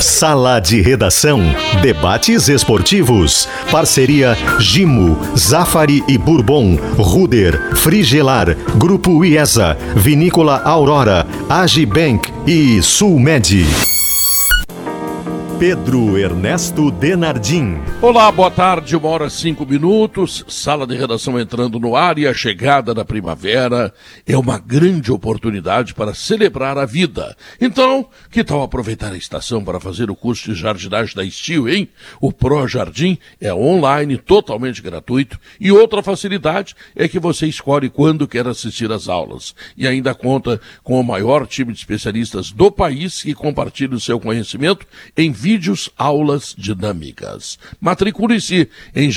Sala de Redação. Debates esportivos. Parceria Gimo, Zafari e Bourbon, Ruder, Frigelar, Grupo IESA, Vinícola Aurora, Agibank e Sulmed. Pedro Ernesto Denardim. Olá, boa tarde, 1h05, Sala de Redação entrando no ar e a chegada da primavera é uma grande oportunidade para celebrar a vida. Então, que tal aproveitar a estação para fazer o curso de jardinagem da Estil, hein? O Pro Jardim é online, totalmente gratuito, e outra facilidade é que você escolhe quando quer assistir às aulas. E ainda conta com o maior time de especialistas do país que compartilha o seu conhecimento em vídeos, aulas dinâmicas. Matricule-se em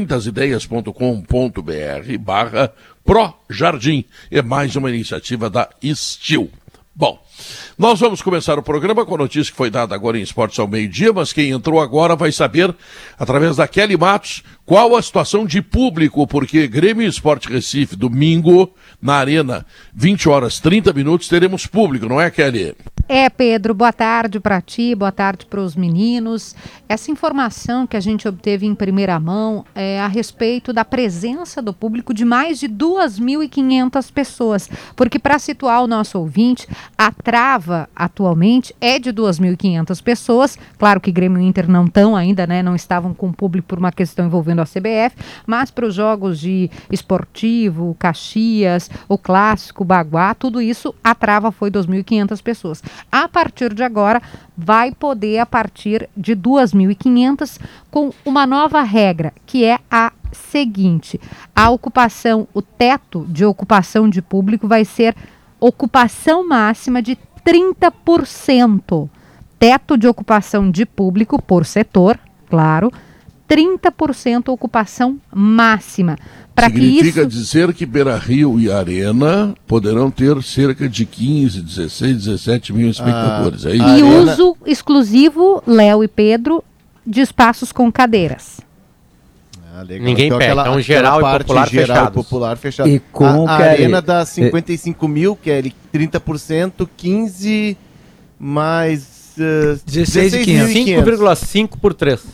jardimdasideias.com.br/Projardim. É mais uma iniciativa da Estil. Bom, nós vamos começar o programa com a notícia que foi dada agora em Esportes ao meio-dia, mas quem entrou agora vai saber, através da Kelly Matos, qual a situação de público, porque Grêmio e Sport Recife, domingo, na Arena, 20h30, teremos público, não é, Kelly? É, Pedro, boa tarde para ti, boa tarde para os meninos. Essa informação que a gente obteve em primeira mão é a respeito da presença do público de mais de 2.500 pessoas, porque para situar o nosso ouvinte, a trava atualmente é de 2.500 pessoas. Claro que Grêmio e Inter não estão ainda, né? Não estavam com público por uma questão envolvendo a CBF, mas para os jogos de Esportivo, Caxias, o Clássico, Baguá, tudo isso, a trava foi 2.500 pessoas. A partir de agora, vai poder a partir de 2.500 com uma nova regra, que é a seguinte: a ocupação, o teto de ocupação de público vai ser ocupação máxima de 30%. Teto de ocupação de público por setor, claro, 30% ocupação máxima. Significa dizer que Beira-Rio e Arena poderão ter cerca de 15, 16, 17 mil espectadores. É isso? E uso exclusivo, Léo e Pedro, de espaços com cadeiras. Ninguém então, pede, então geral e popular fechados. Popular fechado. E com a Arena dá 55 mil, que é 30%, 15 mais 5,5 por 3.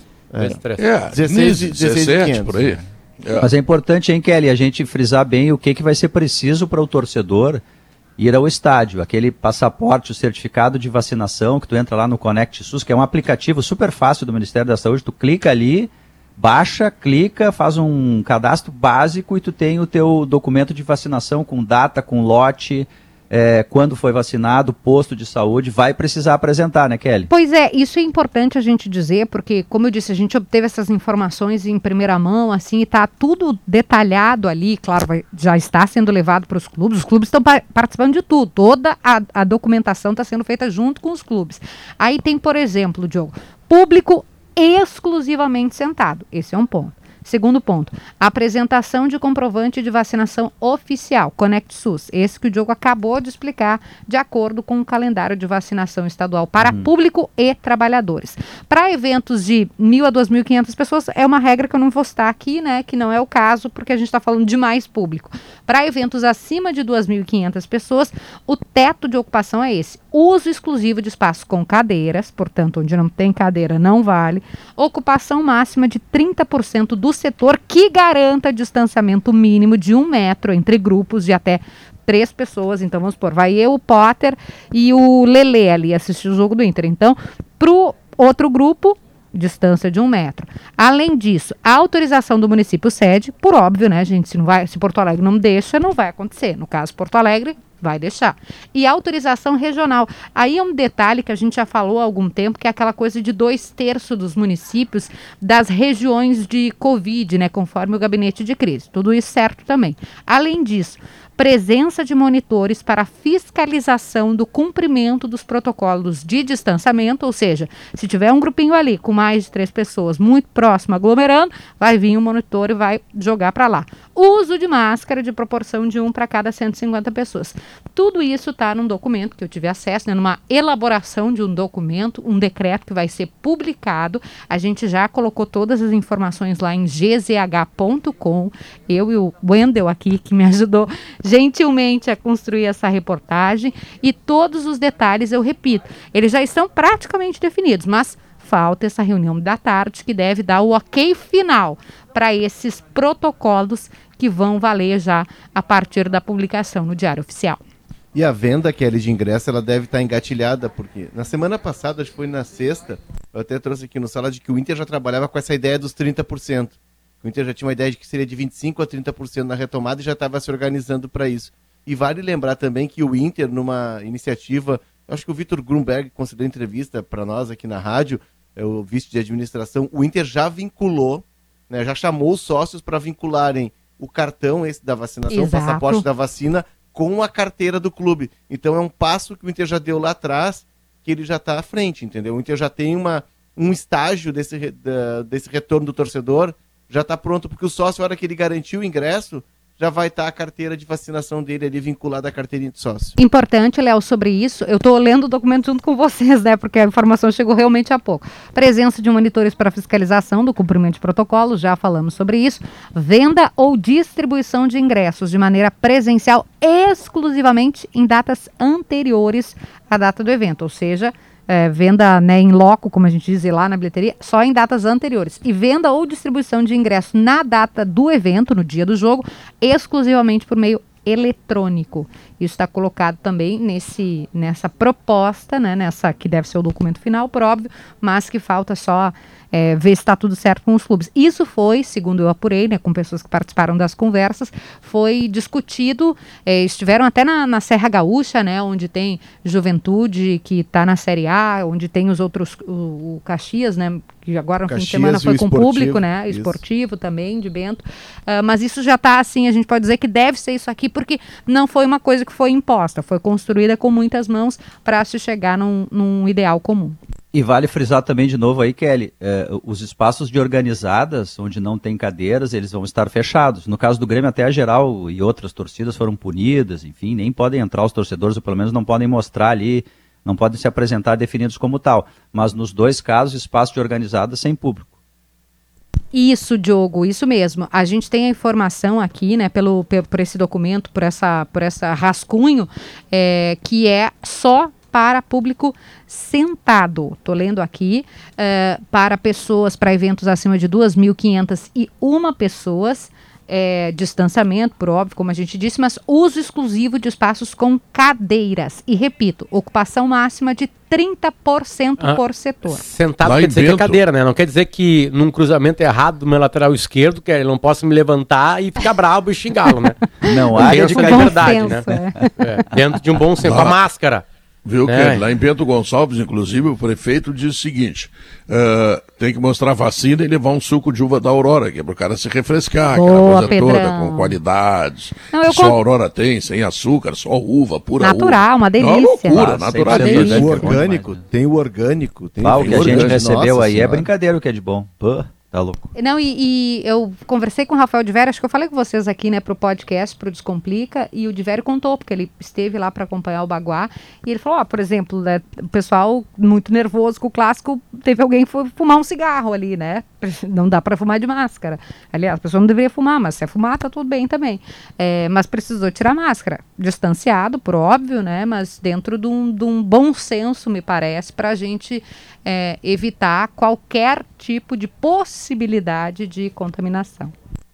17 por aí. Mas é importante, hein, Kelly, a gente frisar bem o que vai ser preciso para o torcedor ir ao estádio. Aquele passaporte, o certificado de vacinação, que tu entra lá no Conect SUS, que é um aplicativo super fácil do Ministério da Saúde, tu clica ali, baixa, clica, faz um cadastro básico e tu tem o teu documento de vacinação com data, com lote, quando foi vacinado, posto de saúde, vai precisar apresentar, né, Kelly? Pois é, isso é importante a gente dizer, porque, como eu disse, a gente obteve essas informações em primeira mão, assim, e tá tudo detalhado ali, claro, já está sendo levado para os clubes estão participando de tudo, toda a documentação está sendo feita junto com os clubes. Aí tem, por exemplo, Diogo, público exclusivamente sentado, esse é um ponto. Segundo ponto, apresentação de comprovante de vacinação oficial, Conect SUS, esse que o Diogo acabou de explicar, de acordo com o calendário de vacinação estadual para público e trabalhadores. Para eventos de 1.000 a 2.500 pessoas, é uma regra que eu não vou citar aqui, né, que não é o caso, porque a gente está falando de mais público. Para eventos acima de 2.500 pessoas, o teto de ocupação é esse. Uso exclusivo de espaço com cadeiras, portanto, onde não tem cadeira não vale. Ocupação máxima de 30% do setor que garanta distanciamento mínimo de 1 metro entre grupos de até 3 pessoas. Então, vamos supor, vai eu, o Potter e o Lelê ali assistir o jogo do Inter. Então, pro outro grupo, distância de 1 metro. Além disso, a autorização do município sede, por óbvio, né, gente, se Porto Alegre não deixa, não vai acontecer. No caso, Porto Alegre vai deixar. E autorização regional. Aí é um detalhe que a gente já falou há algum tempo, que é aquela coisa de 2/3 dos municípios das regiões de Covid, né, conforme o gabinete de crise. Tudo isso certo também. Além disso, presença de monitores para fiscalização do cumprimento dos protocolos de distanciamento, ou seja, se tiver um grupinho ali com mais de 3 pessoas muito próximo, aglomerando, vai vir um monitor e vai jogar para lá. Uso de máscara de proporção de 1 para cada 150 pessoas. Tudo isso está num documento que eu tive acesso, né, numa elaboração de um documento, um decreto que vai ser publicado. A gente já colocou todas as informações lá em gzh.com. Eu e o Wendel aqui, que me ajudou, gentilmente a construir essa reportagem e todos os detalhes, eu repito, eles já estão praticamente definidos, mas falta essa reunião da tarde que deve dar o ok final para esses protocolos que vão valer já a partir da publicação no Diário Oficial. E a venda, Kelly, de ingresso, ela deve estar engatilhada, porque na semana passada, acho que foi na sexta, eu até trouxe aqui no Sala de que o Inter já trabalhava com essa ideia dos 30%. O Inter já tinha uma ideia de que seria de 25% a 30% na retomada e já estava se organizando para isso. E vale lembrar também que o Inter, numa iniciativa, acho que o Vitor Grunberg concedeu entrevista para nós aqui na rádio, o vice de administração, o Inter já vinculou, né, já chamou os sócios para vincularem o cartão esse da vacinação, o passaporte da vacina, com a carteira do clube. Então é um passo que o Inter já deu lá atrás, que ele já está à frente, entendeu? O Inter já tem um estágio desse retorno do torcedor, já está pronto, porque o sócio, na hora que ele garantiu o ingresso, já vai estar a carteira de vacinação dele ali vinculada à carteirinha de sócio. Importante, Léo, sobre isso, eu estou lendo o documento junto com vocês, né, porque a informação chegou realmente há pouco. Presença de monitores para fiscalização do cumprimento de protocolos, já falamos sobre isso. Venda ou distribuição de ingressos de maneira presencial exclusivamente em datas anteriores à data do evento, ou seja, venda, né, em loco, como a gente diz lá na bilheteria, só em datas anteriores. E venda ou distribuição de ingresso na data do evento, no dia do jogo, exclusivamente por meio eletrônico. Isso está colocado também nessa proposta, né, nessa que deve ser o documento final, por óbvio, mas que falta só ver se está tudo certo com os clubes. Isso foi, segundo eu apurei, né, com pessoas que participaram das conversas, foi discutido, estiveram até na Serra Gaúcha, né, onde tem Juventude, que está na Série A, onde tem os outros, o Caxias, né, que agora no fim de semana foi com público, né, esportivo também, de Bento, mas isso já está assim, a gente pode dizer que deve ser isso aqui, porque não foi uma coisa que foi imposta, foi construída com muitas mãos para se chegar num ideal comum. E vale frisar também de novo aí, Kelly, os espaços de organizadas, onde não tem cadeiras, eles vão estar fechados. No caso do Grêmio, até a geral e outras torcidas foram punidas, enfim, nem podem entrar os torcedores, ou pelo menos não podem mostrar ali, não podem se apresentar definidos como tal. Mas nos dois casos, espaço de organizadas sem público. Isso, Diogo, isso mesmo. A gente tem a informação aqui, né, por esse documento, por essa rascunho, que é só para público sentado. Estou lendo aqui, para eventos acima de 2.501 pessoas, distanciamento, por óbvio, como a gente disse, mas uso exclusivo de espaços com cadeiras. E repito, ocupação máxima de 30% por setor. Sentado lá quer dizer que é cadeira, né? Não quer dizer que num cruzamento errado do meu lateral esquerdo, que ele não possa me levantar e ficar bravo e xingá-lo, né? Não, área de liberdade, né? Dentro de um bom senso, com a máscara. Viu, que lá em Bento Gonçalves, inclusive, o prefeito diz o seguinte, tem que mostrar vacina e levar um suco de uva da Aurora, que é para o cara se refrescar, boa, aquela coisa toda, com qualidades. Não, só a Aurora tem, sem açúcar, só uva, pura natural, uva. uma delícia. Uma loucura, natural. Tem o orgânico, tem o orgânico. Tem o que a gente recebeu aí, é brincadeira o que é de bom. Pô. Tá louco. Não, e eu conversei com o Rafael de Vério, acho que eu falei com vocês aqui, né, pro podcast, pro Descomplica, e o de Vério contou, porque ele esteve lá para acompanhar o Baguá, e ele falou, por exemplo, né, o pessoal muito nervoso com o clássico, teve alguém que foi fumar um cigarro ali, né, não dá para fumar de máscara. Aliás, a pessoa não deveria fumar, mas se é fumar, tá tudo bem também. Mas precisou tirar a máscara, distanciado, por óbvio, né, mas dentro de um bom senso, me parece, pra gente evitar qualquer tipo de possibilidade de contaminação.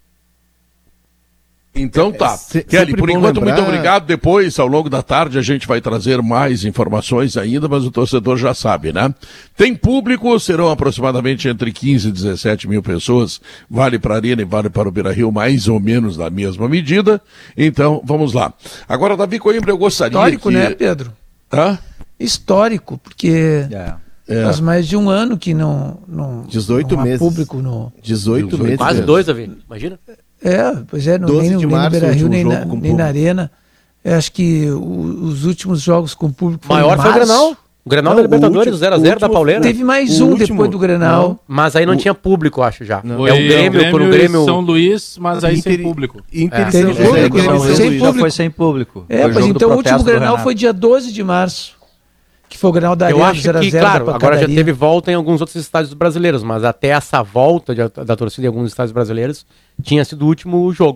Então tá. Kelly, por enquanto, muito obrigado. Depois, ao longo da tarde, a gente vai trazer mais informações ainda, mas o torcedor já sabe, né? Tem público, serão aproximadamente entre 15 e 17 mil pessoas. Vale para a Arena e vale para o Beira-Rio, mais ou menos na mesma medida. Então, vamos lá. Agora, Davi Coimbra, eu gostaria histórico, né, Pedro? Hã? Histórico, porque... Faz mais de um ano que não 18 não há meses. Público no... 18 meses. Quase 2, Davi. Imagina. Pois é, nem no Beira-Rio, nem na Arena. Eu acho que os últimos jogos com público foram maior foi o Grenal. O Grenal da Libertadores, 0x0 da Pauleira. Teve mais depois do Grenal. Mas aí não tinha público, acho já. Não. É o Grêmio São Luís, mas aí sem público. Já foi sem público. Então o último Grenal foi dia 12 de março. Que foi o Grenal da Arena, 0x0. Eu acho que, claro, agora já teve volta em alguns outros estádios brasileiros, mas até essa volta da torcida em alguns estádios brasileiros tinha sido o último jogo.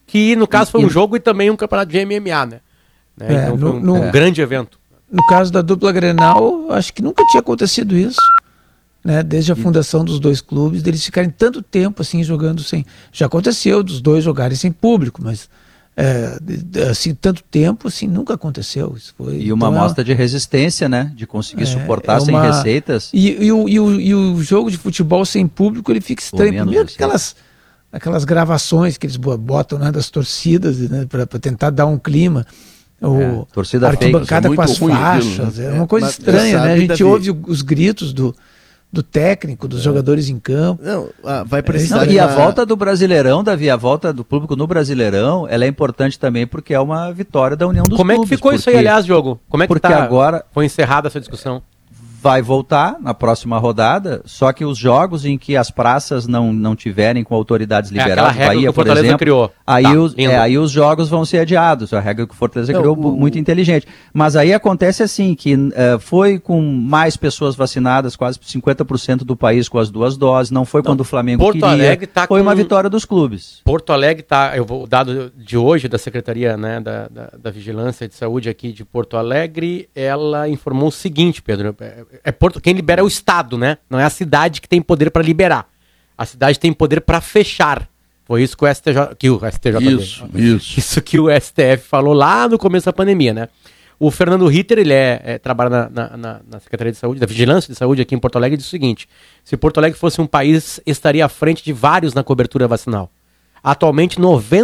que no caso foi um jogo e também um campeonato de MMA, né? Então foi um grande evento. No caso da dupla Grenal, acho que nunca tinha acontecido isso, né? Desde a fundação dos dois clubes, deles ficarem tanto tempo assim jogando sem... Já aconteceu dos dois jogarem sem público, mas assim, tanto tempo assim nunca aconteceu. Isso foi, e uma amostra de resistência, né? De conseguir suportar sem receitas. E o jogo de futebol sem público, ele fica estranho. Primeiro que aquelas gravações que eles botam, né, das torcidas, né, para tentar dar um clima. Torcida arquibancada com as faixas, é uma coisa estranha, né? A gente ouve os gritos do técnico, dos jogadores em campo. Não, vai precisar. E a volta do Brasileirão, Davi, a volta do público no Brasileirão, ela é importante também porque é uma vitória da união dos clubes. Como é que ficou isso aí, aliás, Diogo? Como é que porque agora foi encerrada essa discussão? Vai voltar na próxima rodada, só que os jogos em que as praças não tiverem com autoridades liberadas, Bahia, por exemplo, criou. Aí os jogos vão ser adiados, a regra que o Fortaleza criou muito inteligente. Mas aí acontece assim, que foi com mais pessoas vacinadas, quase 50% do país com as 2 doses, não foi quando o Flamengo Porto queria, Alegre foi uma vitória dos clubes. Porto Alegre o dado de hoje da Secretaria, né, da Vigilância de Saúde aqui de Porto Alegre, ela informou o seguinte, Pedro, quem libera é o Estado, né? Não é a cidade que tem poder para liberar. A cidade tem poder para fechar. Foi isso que o STJ... Isso que o STF falou lá no começo da pandemia, né? O Fernando Ritter, ele trabalha na Secretaria de Saúde, da Vigilância de Saúde aqui em Porto Alegre, e diz o seguinte: se Porto Alegre fosse um país, estaria à frente de vários na cobertura vacinal. Atualmente,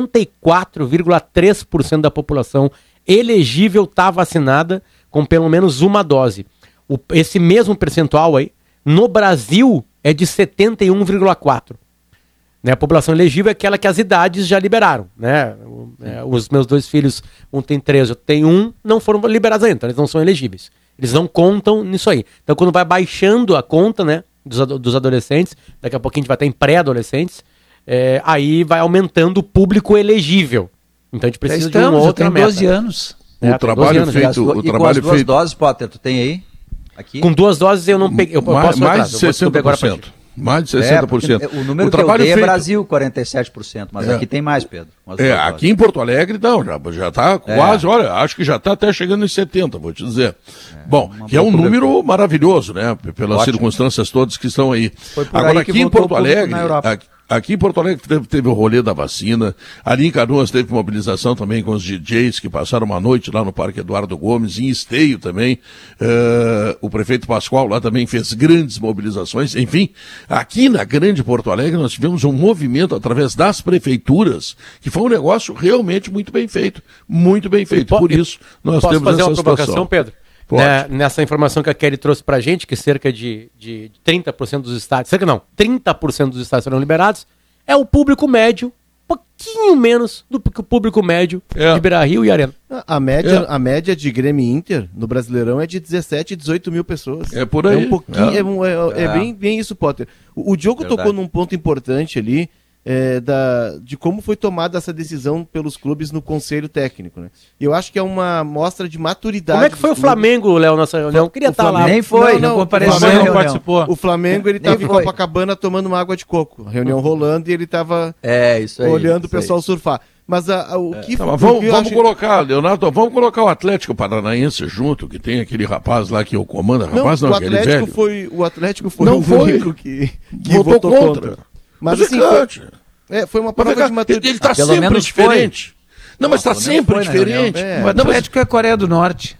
94,3% da população elegível está vacinada com pelo menos uma dose. Esse mesmo percentual aí, no Brasil, é de 71,4%. Né? A população elegível é aquela que as idades já liberaram. Né? Os meus 2 filhos, um tem 13, outro tem 1, não foram liberados ainda, então eles não são elegíveis. Eles não contam nisso aí. Então, quando vai baixando a conta, né, dos adolescentes, daqui a pouquinho a gente vai estar em pré-adolescentes, aí vai aumentando o público elegível. Então a gente precisa de uma outra meta. 12 anos. O trabalho feito... E com as 2 doses, Potter, tu tem aí? Aqui? Com 2 doses eu não peguei. Mais de 60%. Mais de 60%. O número que eu dei é Brasil, 47%, mas aqui tem mais, Pedro. Aqui em Porto Alegre, não, já está quase, olha, acho que já está até chegando em 70%, vou te dizer. Bom, que é um número maravilhoso, né, pelas circunstâncias todas que estão aí. Agora, aqui em Porto Alegre... Aqui em Porto Alegre teve o rolê da vacina, ali em Canoas teve mobilização também com os DJs que passaram uma noite lá no Parque Eduardo Gomes, em Esteio também, o prefeito Pascoal lá também fez grandes mobilizações, enfim, aqui na grande Porto Alegre nós tivemos um movimento através das prefeituras, que foi um negócio realmente muito bem feito, por isso nós temos essa situação. Posso fazer uma provocação, Pedro? Nessa informação que a Kelly trouxe pra gente, que cerca de 30% dos estádios, 30% dos estádios serão liberados, é o público médio, um pouquinho menos do que o público médio de Beira-Rio e Arena. A média de Grêmio e Inter no Brasileirão é de 17, 18 mil pessoas. É por aí. É um pouquinho, bem isso, Potter. O Diogo tocou num ponto importante ali, de como foi tomada essa decisão pelos clubes no conselho técnico, né? E eu acho que é uma mostra de maturidade. Como é que foi o Flamengo, Léo, nessa reunião? Queria estar lá. Nem foi, não compareceu. Não participou. O Flamengo, ele estava em Copacabana tomando uma água de coco. A reunião rolando e ele estava olhando o pessoal surfar. Mas vamos colocar, Leonardo, vamos colocar o Atlético Paranaense junto, que tem aquele rapaz lá que o comanda. Aquele velho. O Atlético foi o único que votou contra. Mas assim, foi uma prova de maturidade. Ele está sempre diferente. Não, mas está sempre diferente. O Atlético é a Coreia do Norte.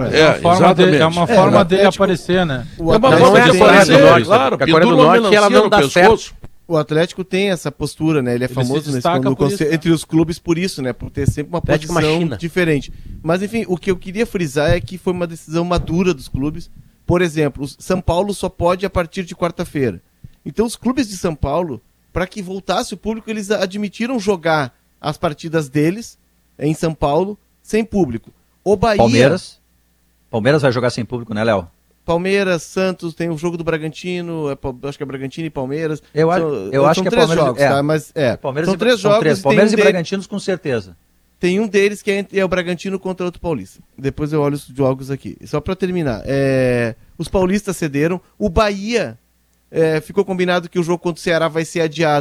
É uma forma dele aparecer, né? É uma forma de aparecer, claro. A Coreia do Norte, ela não dá certo. O Atlético tem essa postura, né? Ele é famoso entre os clubes por isso, né? Por ter sempre uma posição diferente. Mas, enfim, o que eu queria frisar é que foi uma decisão madura dos clubes. Por exemplo, o São Paulo só pode a partir de quarta-feira. Então, os clubes de São Paulo, para que voltasse o público, eles admitiram jogar as partidas deles em São Paulo sem público. O Bahia... Palmeiras vai jogar sem público, né, Léo? Palmeiras, Santos, tem o jogo do Bragantino, acho que é Bragantino e Palmeiras. Eu acho que é 3 jogos, tá? Mas Palmeiras são 3 jogos. Palmeiras e Bragantinos com certeza. Tem um deles que é o Bragantino contra outro paulista. Depois eu olho os jogos aqui. Só para terminar. Os paulistas cederam. O Bahia ficou combinado que o jogo contra o Ceará vai ser adiado.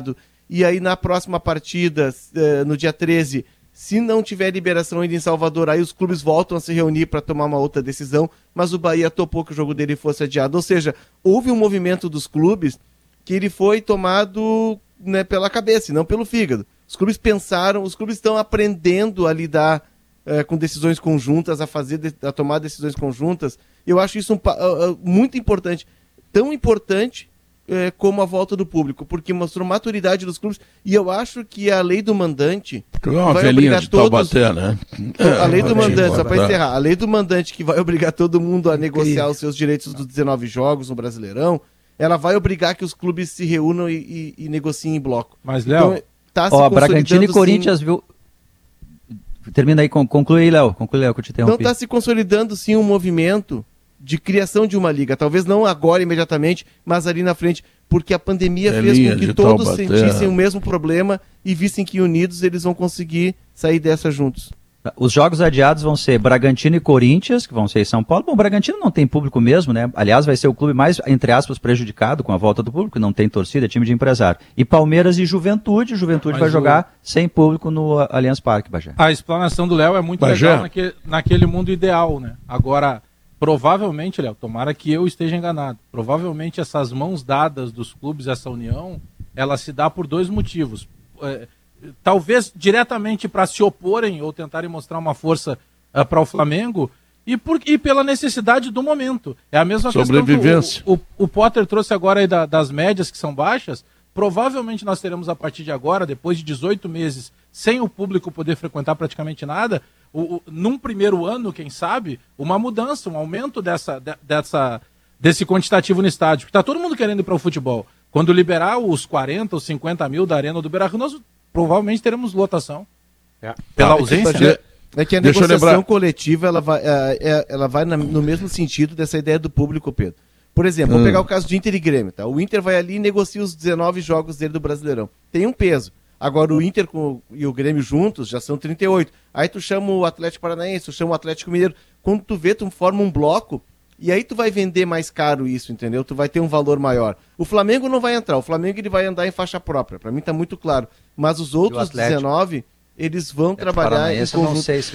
e aí na próxima partida, no dia 13, se não tiver liberação ainda em Salvador, aí os clubes voltam a se reunir para tomar uma outra decisão, mas o Bahia topou que o jogo dele fosse adiado. Ou seja, houve um movimento dos clubes que ele foi tomado, né, pela cabeça e não pelo fígado. Os clubes pensaram, os clubes estão aprendendo a lidar com decisões conjuntas, a tomar decisões conjuntas. Eu acho isso muito importante, tão importante como a volta do público, porque mostrou maturidade dos clubes, e eu acho que a lei do mandante vai obrigar todos... Taubaté, né? A lei do mandante, só para encerrar, a lei do mandante que vai obrigar todo mundo a negociar os seus direitos dos 19 jogos no Brasileirão, ela vai obrigar que os clubes se reúnam e negociem em bloco. Mas, Léo... Então, tá se Bragantino e Corinthians, viu? Termina aí, conclui aí, Léo. Conclui, Léo, que eu te interrompi. Então está se consolidando, sim, um movimento de criação de uma liga. Talvez não agora, imediatamente, mas ali na frente. Porque a pandemia fez com que todos sentissem o mesmo problema e vissem que unidos eles vão conseguir sair dessa juntos. Os jogos adiados vão ser Bragantino e Corinthians, que vão ser em São Paulo. Bom, o Bragantino não tem público mesmo, né? Aliás, vai ser o clube mais, entre aspas, prejudicado com a volta do público, não tem torcida, é time de empresário. E Palmeiras e Juventude, vai jogar sem público no Allianz Parque, Bagé. A explanação do Léo é muito legal naquele mundo ideal, né? Agora, provavelmente, Léo, tomara que eu esteja enganado, provavelmente essas mãos dadas dos clubes, essa união, ela se dá por dois motivos. Talvez diretamente para se oporem ou tentarem mostrar uma força para o Flamengo e pela necessidade do momento. É a mesma sobrevivência. Questão que o Potter trouxe agora aí das médias que são baixas. Provavelmente nós teremos a partir de agora, depois de 18 meses, sem o público poder frequentar praticamente nada, num primeiro ano, quem sabe, uma mudança, um aumento desse quantitativo no estádio. Porque está todo mundo querendo ir para o futebol. Quando liberar os 40 ou 50 mil da Arena do Beira-Rio, nós provavelmente teremos lotação. Pela ausência, né? É que a negociação coletiva ela vai no mesmo sentido dessa ideia do público, Pedro. Por exemplo, vamos pegar o caso de Inter e Grêmio. Tá? O Inter vai ali e negocia os 19 jogos dele do Brasileirão. Tem um peso. Agora o Inter e o Grêmio juntos já são 38. Aí tu chama o Atlético Paranaense, tu chama o Atlético Mineiro. Quando tu vê, tu forma um bloco e aí tu vai vender mais caro isso, entendeu? Tu vai ter um valor maior. O Flamengo não vai entrar. O Flamengo ele vai andar em faixa própria. Pra mim tá muito claro. Mas os outros 19, eles vão trabalhar em conjunto. Não sei se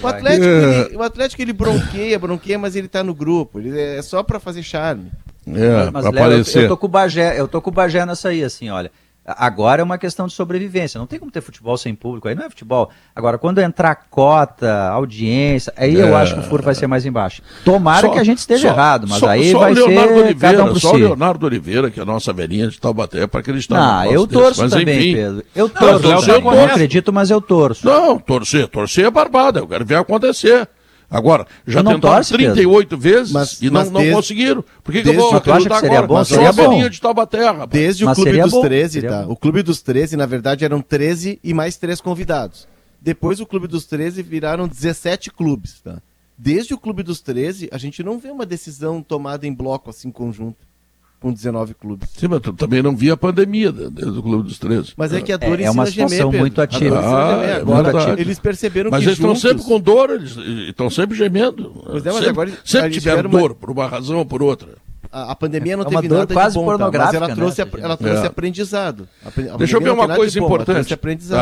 o Atlético ele bronqueia, mas ele tá no grupo. Ele é só pra fazer charme. Mas Léo, eu tô com o Bagé nessa aí, assim, olha. Agora é uma questão de sobrevivência. Não tem como ter futebol sem público. Aí não é futebol. Agora, quando entrar cota, audiência, aí eu acho que o furo vai ser mais embaixo. Tomara que a gente esteja errado, mas aí vai ser cada um por si. Só o Leonardo Oliveira, que é a nossa velhinha de Taubaté, para acreditar no eu torço desse. Também, enfim, Pedro. Eu torço. Eu não acredito, mas eu torço. Não, torcer é barbada. Eu quero ver acontecer. Agora, já tentaram 38 vezes e não conseguiram. Por que eu vou acreditar agora? Bom, seria bom. De Taubaté, rapaz. Desde o Clube dos 13, tá? O Clube dos 13, na verdade, eram 13 e mais 3 convidados. Depois o Clube dos 13 viraram 17 clubes, tá? Desde o Clube dos 13, a gente não vê uma decisão tomada em bloco, assim, conjunto, com 19 clubes. Sim, mas tu também não via a pandemia desde o Clube dos 13. Mas é que a dor é uma situação muito ativa. Agora eles perceberam mas que eles estão sempre com dor, eles estão sempre gemendo. Mas agora sempre tiveram dor, por uma razão ou por outra. A pandemia não teve nada de bom, tá? Mas ela trouxe aprendizado. Deixa eu ver uma coisa importante.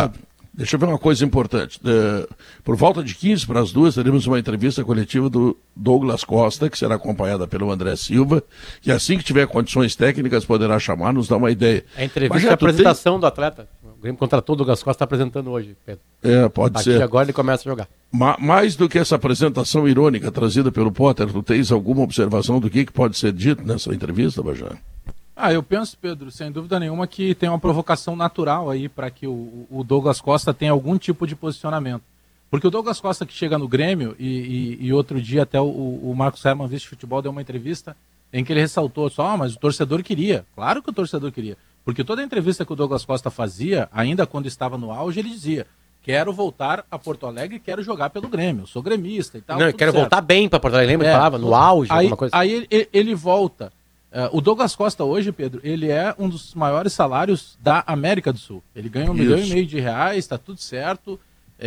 Deixa eu ver uma coisa importante. Por volta de 15 para as 2, teremos uma entrevista coletiva do Douglas Costa, que será acompanhada pelo André Silva, que assim que tiver condições técnicas poderá chamar, nos dar uma ideia. A entrevista é a apresentação do atleta. O Grêmio contratou o Douglas Costa, está apresentando hoje, Pedro. Pode ser. Agora ele começa a jogar. Mais do que essa apresentação irônica trazida pelo Potter, tu tens alguma observação do que pode ser dito nessa entrevista, Bajá? Eu penso, Pedro, sem dúvida nenhuma, que tem uma provocação natural aí para que o Douglas Costa tenha algum tipo de posicionamento. Porque o Douglas Costa que chega no Grêmio, e outro dia até o Marcos Herman, vice-futebol, deu uma entrevista em que ele ressaltou mas o torcedor queria. Claro que o torcedor queria. Porque toda a entrevista que o Douglas Costa fazia, ainda quando estava no auge, ele dizia: quero voltar a Porto Alegre e quero jogar pelo Grêmio, sou gremista e tal. Não, quero voltar bem para Porto Alegre, lembra? Ele falava no auge, alguma coisa. Aí ele volta. O Douglas Costa hoje, Pedro, ele é um dos maiores salários da América do Sul. Ele ganha R$1,5 milhão, está tudo certo.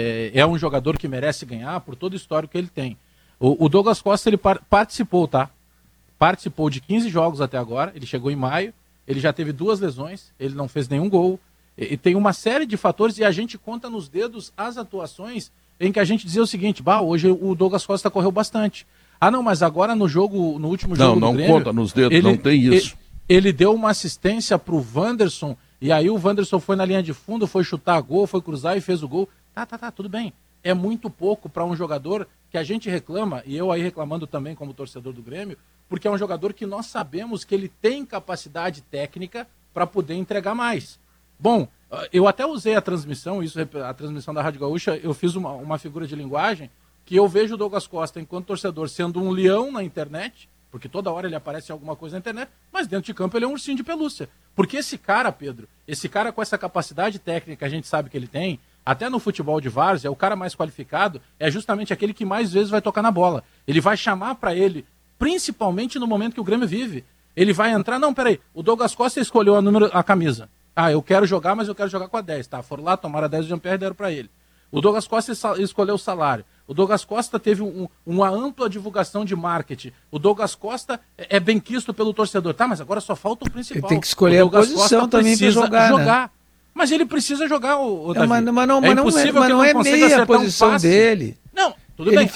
É um jogador que merece ganhar por todo o histórico que ele tem. O Douglas Costa, ele participou, tá? Participou de 15 jogos até agora, ele chegou em maio, ele já teve 2 lesões, ele não fez nenhum gol, E tem uma série de fatores e a gente conta nos dedos as atuações em que a gente dizia o seguinte, hoje o Douglas Costa correu bastante. Não, mas agora no último jogo do Grêmio... Não, conta nos dedos, não tem isso. Ele deu uma assistência pro Wanderson, e aí o Wanderson foi na linha de fundo, foi chutar gol, foi cruzar e fez o gol. Tá, tudo bem. É muito pouco para um jogador que a gente reclama, e eu aí reclamando também como torcedor do Grêmio, porque é um jogador que nós sabemos que ele tem capacidade técnica para poder entregar mais. Bom, eu até usei a transmissão da Rádio Gaúcha, eu fiz uma figura de linguagem que eu vejo o Douglas Costa, enquanto torcedor, sendo um leão na internet, porque toda hora ele aparece em alguma coisa na internet, mas dentro de campo ele é um ursinho de pelúcia. Porque esse cara, Pedro, com essa capacidade técnica que a gente sabe que ele tem, até no futebol de várzea, o cara mais qualificado é justamente aquele que mais vezes vai tocar na bola. Ele vai chamar para ele, principalmente no momento que o Grêmio vive. Ele vai entrar, o Douglas Costa escolheu a camisa. Eu quero jogar, mas eu quero jogar com a 10, tá? Foram lá, tomaram a 10 do Jean-Pierre e deram para ele. O Douglas Costa escolheu o salário. O Douglas Costa teve uma ampla divulgação de marketing. O Douglas Costa é bem quisto pelo torcedor. Tá, mas agora só falta o principal. Ele tem que escolher a posição também para jogar. Né? Mas ele precisa jogar, Davi. Mas não é meia a posição dele. Não, tudo bem.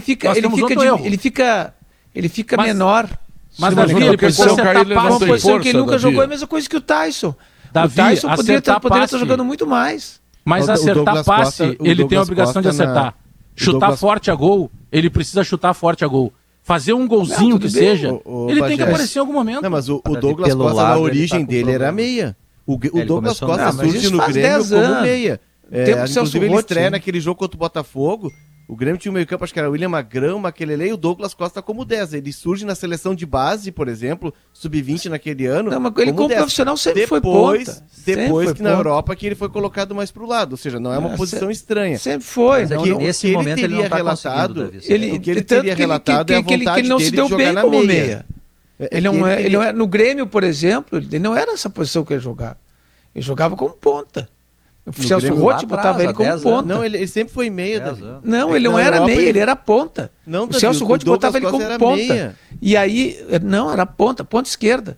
Ele fica menor. Mas Davi, ele precisa acertar passe. Uma posição que ele nunca jogou é a mesma coisa que o Tyson. O Tyson poderia estar jogando muito mais. Mas acertar passe, ele tem a obrigação de acertar. Chutar forte a gol, ele precisa chutar forte a gol. Fazer um golzinho que seja, ele tem que aparecer em algum momento. Não, mas o Douglas Costa, na origem dele, era meia. O Douglas Costa surge no Grêmio como meia. Inclusive ele estreia naquele jogo contra o Botafogo. O Grêmio tinha um meio campo, acho que era o William Magrão, Maquelele e o Douglas Costa como 10. Ele surge na seleção de base, por exemplo, sub-20 naquele ano. Não, mas ele como profissional sempre foi ponta. Depois que na Europa que ele foi colocado mais pro lado. Ou seja, não é uma posição estranha. Sempre foi. Nesse momento ele não tá conseguindo, o que ele teria relatado é a vontade que ele não dele se deu de jogar bem na como meia. Ele não é, no Grêmio, por exemplo, ele não era essa posição que ele jogava. Ele jogava como ponta. O Celso Roth botava ele como ponta. Não, ele sempre foi meia, Davi. Não, ele não era meia, ele era ponta. O Celso Roth botava ele como ponta. E aí, não, era ponta esquerda.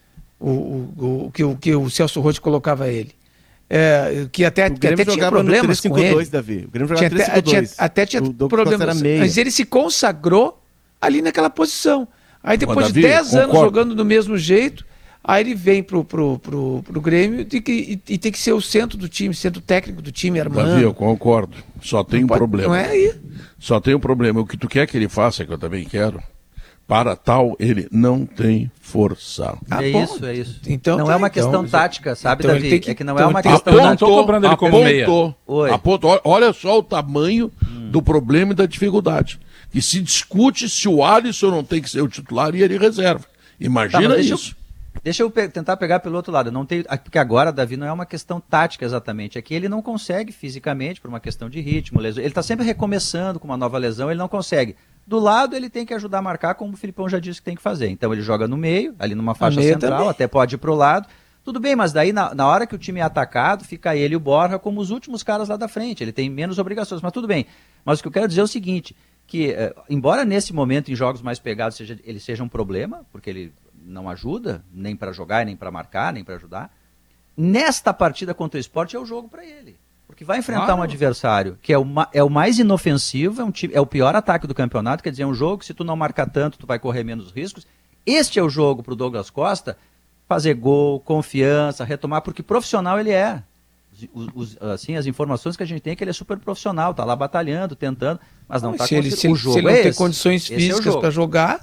O que o Celso Roth colocava ele. Que até tinha problemas com ele. Davi. O Grêmio jogava 3-5-2. Até tinha problemas. Mas ele se consagrou ali naquela posição. Aí depois de 10 anos jogando do mesmo jeito, aí ele vem pro Grêmio e tem que ser o centro do time, centro técnico do time, armando. Davi, eu concordo. Só tem um problema. Não é aí. Só tem um problema. O que tu quer que ele faça, que eu também quero, para tal, ele não tem força. É isso. Então, não é uma questão tática, sabe, então Davi? É que não é uma questão tática. Eu não tô cobrando ele como meia. Olha só o tamanho do problema e da dificuldade. Que se discute se o Alisson não tem que ser o titular e ele reserva. Imagina isso. Deixa eu tentar pegar pelo outro lado. Porque agora, Davi, não é uma questão tática exatamente. É que ele não consegue fisicamente, por uma questão de ritmo, lesão. Ele está sempre recomeçando com uma nova lesão, ele não consegue. Do lado, ele tem que ajudar a marcar, como o Filipão já disse que tem que fazer. Então ele joga no meio, ali numa faixa central, também. Até pode ir para o lado. Tudo bem, mas daí na hora que o time é atacado, fica ele e o Borja como os últimos caras lá da frente. Ele tem menos obrigações, mas tudo bem. Mas o que eu quero dizer é o seguinte, que embora nesse momento, em jogos mais pegados, ele seja um problema, porque ele não ajuda, nem para jogar, nem para marcar, nem para ajudar, nesta partida contra o Sport é o jogo para ele. Porque vai enfrentar um adversário que é o mais inofensivo, é o pior ataque do campeonato, quer dizer, é um jogo que se tu não marcar tanto, tu vai correr menos riscos. Este é o jogo para o Douglas Costa fazer gol, confiança, retomar, porque profissional ele é. Assim, as informações que a gente tem é que ele é super profissional, tá lá batalhando, tentando, mas não está conseguindo. O jogo se ele não tem condições físicas para jogar,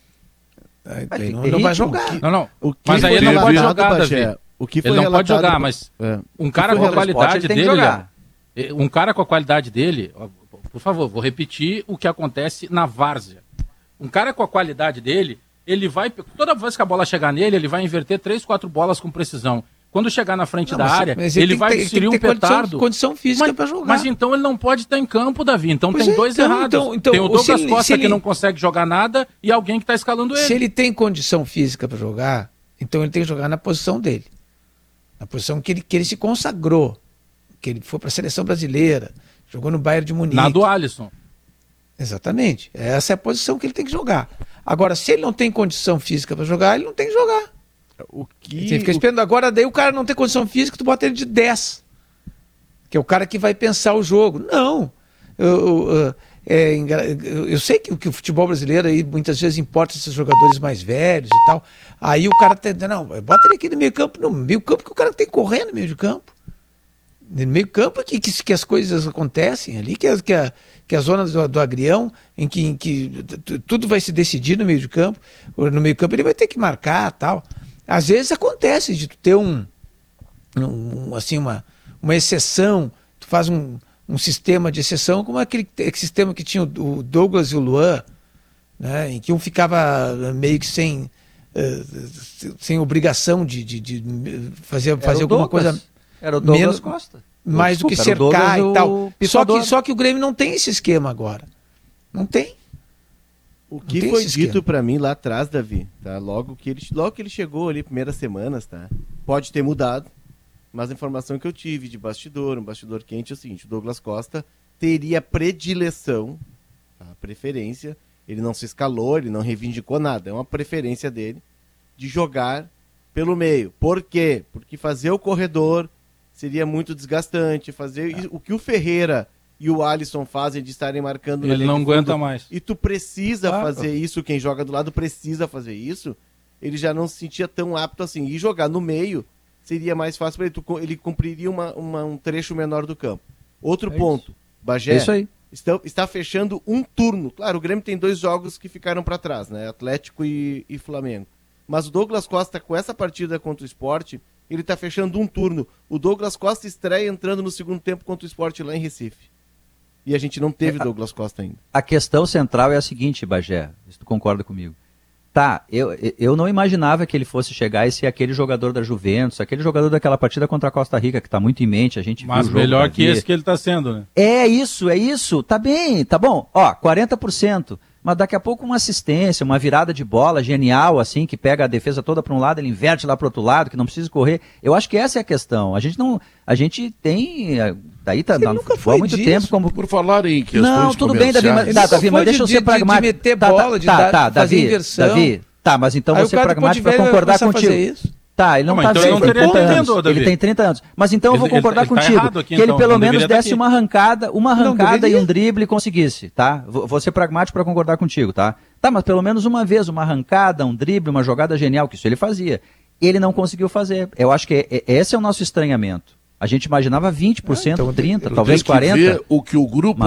não vai jogar. Não. Mas aí ele não pode jogar, Davi. Ele não pode jogar, mas um cara com a qualidade dele, um cara com a qualidade dele, por favor, vou repetir o que acontece na várzea. Um cara com a qualidade dele, ele vai, toda vez que a bola chegar nele, ele vai inverter 3, 4 bolas com precisão. Quando chegar na frente da área, ele vai destruir um petardo. Condição física para jogar. Mas então ele não pode estar em campo, Davi. Então tem dois errados. Tem o Douglas Costa que não consegue jogar nada e alguém que está escalando ele. Se ele tem condição física para jogar, então ele tem que jogar na posição dele. Na posição que ele se consagrou. Que ele foi para a seleção brasileira, jogou no Bayern de Munique. Na do Alisson. Exatamente. Essa é a posição que ele tem que jogar. Agora, se ele não tem condição física para jogar, ele não tem que jogar. O Ele tem que ficar esperando. Agora, daí o cara não tem condição física, tu bota ele de 10. Que é o cara que vai pensar o jogo. Não. Eu sei que o futebol brasileiro aí muitas vezes importa esses jogadores mais velhos e tal. Aí o cara não, bota ele aqui no meio campo. No meio campo que o cara tem que correr no meio de campo. No meio campo que as coisas acontecem ali, que a zona do agrião, em que tudo vai se decidir no meio de campo. No meio campo ele vai ter que marcar tal. Às vezes acontece de tu ter uma exceção, tu faz um sistema de exceção, como aquele sistema que tinha o Douglas e o Luan, né, em que um ficava meio que sem obrigação de fazer alguma coisa. Era o Douglas Costa. Mais do que cercar e tal. Só que o Grêmio não tem esse esquema agora. Não tem. O que foi dito pra mim lá atrás, Davi, tá? Logo que ele chegou ali, primeiras semanas, tá? Pode ter mudado, mas a informação que eu tive de um bastidor quente, é o seguinte: o Douglas Costa teria predileção, tá? Preferência, ele não se escalou, ele não reivindicou nada, é uma preferência dele de jogar pelo meio. Por quê? Porque fazer o corredor seria muito desgastante, fazer o que o Ferreira e o Alisson fazem de estarem marcando... Ele não aguenta mais. E tu precisa fazer isso, quem joga do lado precisa fazer isso, ele já não se sentia tão apto assim. E jogar no meio seria mais fácil para ele, ele cumpriria um trecho menor do campo. Outro ponto, Bagé, isso aí. Está fechando um turno. Claro, o Grêmio tem 2 jogos que ficaram para trás, né? Atlético e Flamengo. Mas o Douglas Costa, com essa partida contra o Sport, ele está fechando um turno. O Douglas Costa estreia entrando no segundo tempo contra o Sport lá em Recife. E a gente não teve Douglas Costa ainda. A questão central é a seguinte, Bagé, se tu concorda comigo. Tá, eu não imaginava que ele fosse chegar e ser aquele jogador da Juventus, aquele jogador daquela partida contra a Costa Rica, que tá muito em mente, a gente viu o jogo. Mas melhor que esse que ele tá sendo, né? É isso, tá bem, tá bom. Ó, 40%, mas daqui a pouco uma assistência, uma virada de bola genial, assim, que pega a defesa toda para um lado, ele inverte lá pro outro lado, que não precisa correr. Eu acho que essa é a questão. A gente tem, daí tá no futebol há muito tempo como... Por falar em questões não, tudo bem, Davi, mas deixa eu ser pragmático. De meter bola, fazer inversão. Davi, tá, mas então você é pragmático para concordar contigo. Tá, ele não tá velho, ele tem 30 anos. Ele tem 30 anos. Mas então eu vou concordar contigo, aqui, que ele pelo menos desse uma arrancada e um drible e conseguisse, tá? Vou ser pragmático para concordar contigo, tá? Tá, mas pelo menos uma vez, uma arrancada, um drible, uma jogada genial, que isso ele fazia. Ele não conseguiu fazer. Eu acho que esse é o nosso estranhamento. A gente imaginava 20%, 30%, talvez 40%. Ver o que o grupo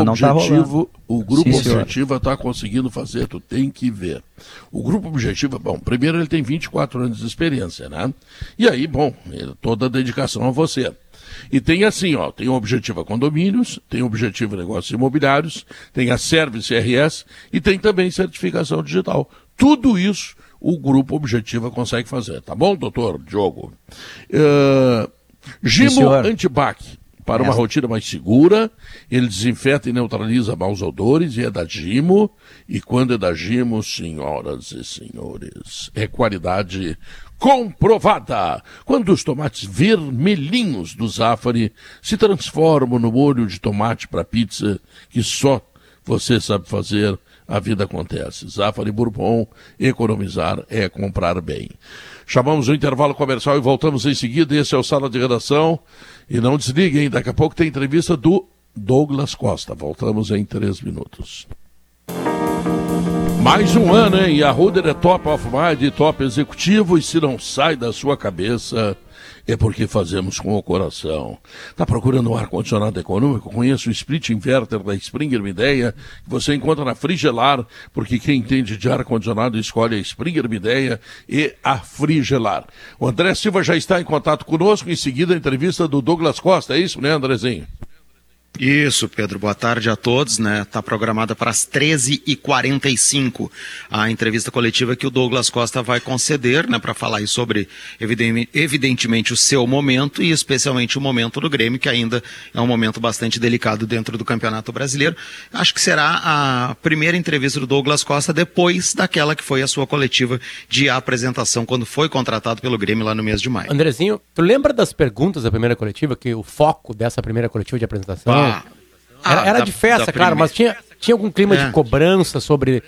objetivo está conseguindo fazer, tu tem que ver. O grupo objetivo, bom, primeiro ele tem 24 anos de experiência, né? E aí, bom, toda a dedicação a você. E tem assim, ó, tem o Objetivo Condomínios, tem o Objetivo Negócios Imobiliários, tem a Service RS e tem também certificação digital. Tudo isso o grupo Objetiva consegue fazer, tá bom, doutor Diogo? Gimo Antibac, para uma rotina mais segura, ele desinfeta e neutraliza maus odores e é da Gimo, e quando é da Gimo, senhoras e senhores, é qualidade comprovada. Quando os tomates vermelhinhos do Zafari se transformam no molho de tomate para pizza, que só você sabe fazer, a vida acontece. Zafari Bourbon, economizar é comprar bem. Chamamos o intervalo comercial e voltamos em seguida. Esse é o Sala de Redação. E não desliguem, daqui a pouco tem entrevista do Douglas Costa. Voltamos em 3 minutos. Mais um ano, hein? E a Ruder é top of mind, top executivo. E se não sai da sua cabeça, é porque fazemos com o coração. Está procurando um ar-condicionado econômico? Conheça o Split Inverter da Springer Mideia, que você encontra na Frigelar, porque quem entende de ar-condicionado escolhe a Springer Mideia e a Frigelar. O André Silva já está em contato conosco, em seguida a entrevista do Douglas Costa, é isso, né, Andrezinho? Isso, Pedro. Boa tarde a todos, né? Está programada para as 13h45 a entrevista coletiva que o Douglas Costa vai conceder, né? Para falar aí sobre, evidentemente, o seu momento e especialmente o momento do Grêmio, que ainda é um momento bastante delicado dentro do Campeonato Brasileiro. Acho que será a primeira entrevista do Douglas Costa depois daquela que foi a sua coletiva de apresentação, quando foi contratado pelo Grêmio lá no mês de maio. Andrezinho, tu lembra das perguntas da primeira coletiva, que o foco dessa primeira coletiva de apresentação... Era de festa, claro, mas tinha algum clima de cobrança sobre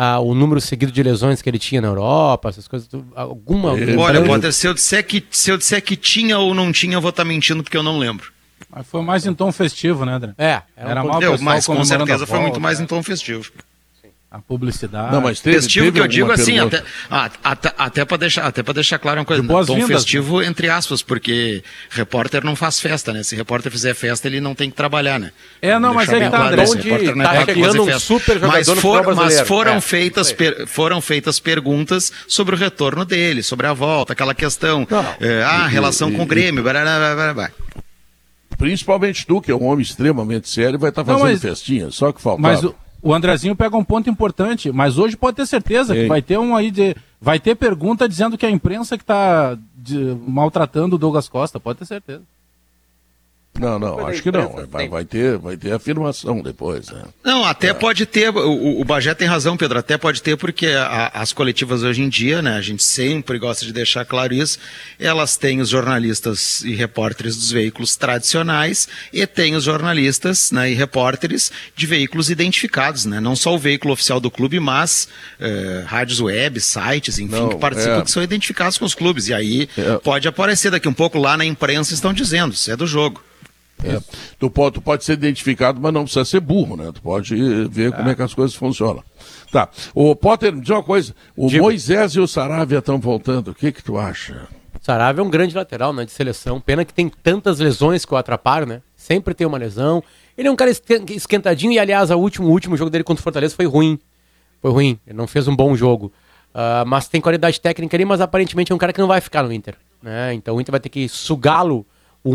o número seguido de lesões que ele tinha na Europa, essas coisas, Olha, Potter, se eu disser que tinha ou não tinha, eu vou estar mentindo porque eu não lembro. Mas foi mais em tom festivo, né, André? Era mal, mas com certeza foi muito mais em tom festivo. A publicidade. Não, mas festivo que eu digo assim, pergunta. até para deixar claro uma coisa, tom festivo entre aspas, porque repórter não faz festa, né? Se repórter fizer festa, ele não tem que trabalhar, né? Mas aí tá, André, repórter não é criando um super jogador mas foram feitas perguntas sobre o retorno dele, sobre a volta, aquela questão, relação com o Grêmio, Principalmente tu, que é um homem extremamente sério, vai estar fazendo festinha, só que faltava. Mas o Andrezinho pega um ponto importante, mas hoje pode ter certeza que vai ter vai ter pergunta dizendo que a imprensa que está maltratando o Douglas Costa, pode ter certeza. Não, acho que não. Vai ter afirmação depois, né? Não, até pode ter, o Bagé tem razão, Pedro, até pode ter, porque as coletivas hoje em dia, né, a gente sempre gosta de deixar claro isso, elas têm os jornalistas e repórteres dos veículos tradicionais e têm os jornalistas, né, e repórteres de veículos identificados, né, não só o veículo oficial do clube, mas rádios web, sites, enfim, que participam, que são identificados com os clubes, e aí pode aparecer daqui um pouco lá na imprensa, estão dizendo, isso é do jogo. Tu pode ser identificado, mas não precisa ser burro, né? Tu pode ver como é que as coisas funcionam. Tá. O Potter, me diz uma coisa. Moisés e o Saravia estão voltando. O que tu acha? Saravia é um grande lateral, né, de seleção. Pena que tem tantas lesões que o atrapalham, né? Sempre tem uma lesão. Ele é um cara esquentadinho e, aliás, o último jogo dele contra o Fortaleza foi ruim. Ele não fez um bom jogo. Mas tem qualidade técnica ali, mas aparentemente é um cara que não vai ficar no Inter, né? Então o Inter vai ter que sugá-lo o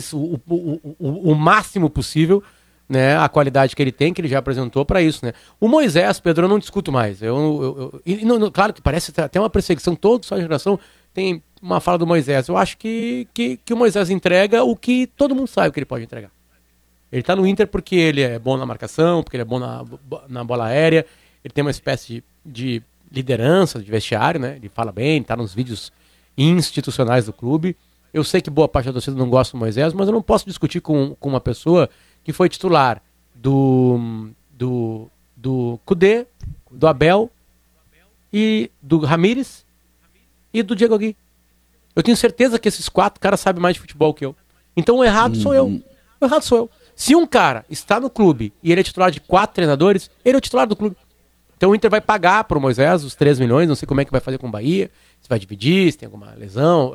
máximo possível, né, a qualidade que ele tem, que ele já apresentou para isso, né. O Moisés, Pedro, eu não discuto mais. Claro que parece até uma perseguição, toda sua geração tem uma fala do Moisés. Eu acho que o Moisés entrega o que todo mundo sabe que ele pode entregar. Ele tá no Inter porque ele é bom na marcação, porque ele é bom na bola aérea, ele tem uma espécie de liderança, de vestiário, né, ele fala bem, tá nos vídeos institucionais do clube. Eu sei que boa parte da torcida não gosta do Moisés, mas eu não posso discutir com uma pessoa que foi titular do Kudê, do Abel, e do Ramires e do Diego Aguirre. Eu tenho certeza que esses 4 caras sabem mais de futebol que eu. Então o errado sou eu. O errado sou eu. Se um cara está no clube e ele é titular de 4 treinadores, ele é o titular do clube. Então o Inter vai pagar pro Moisés os 3 milhões, não sei como é que vai fazer com o Bahia, se vai dividir, se tem alguma lesão,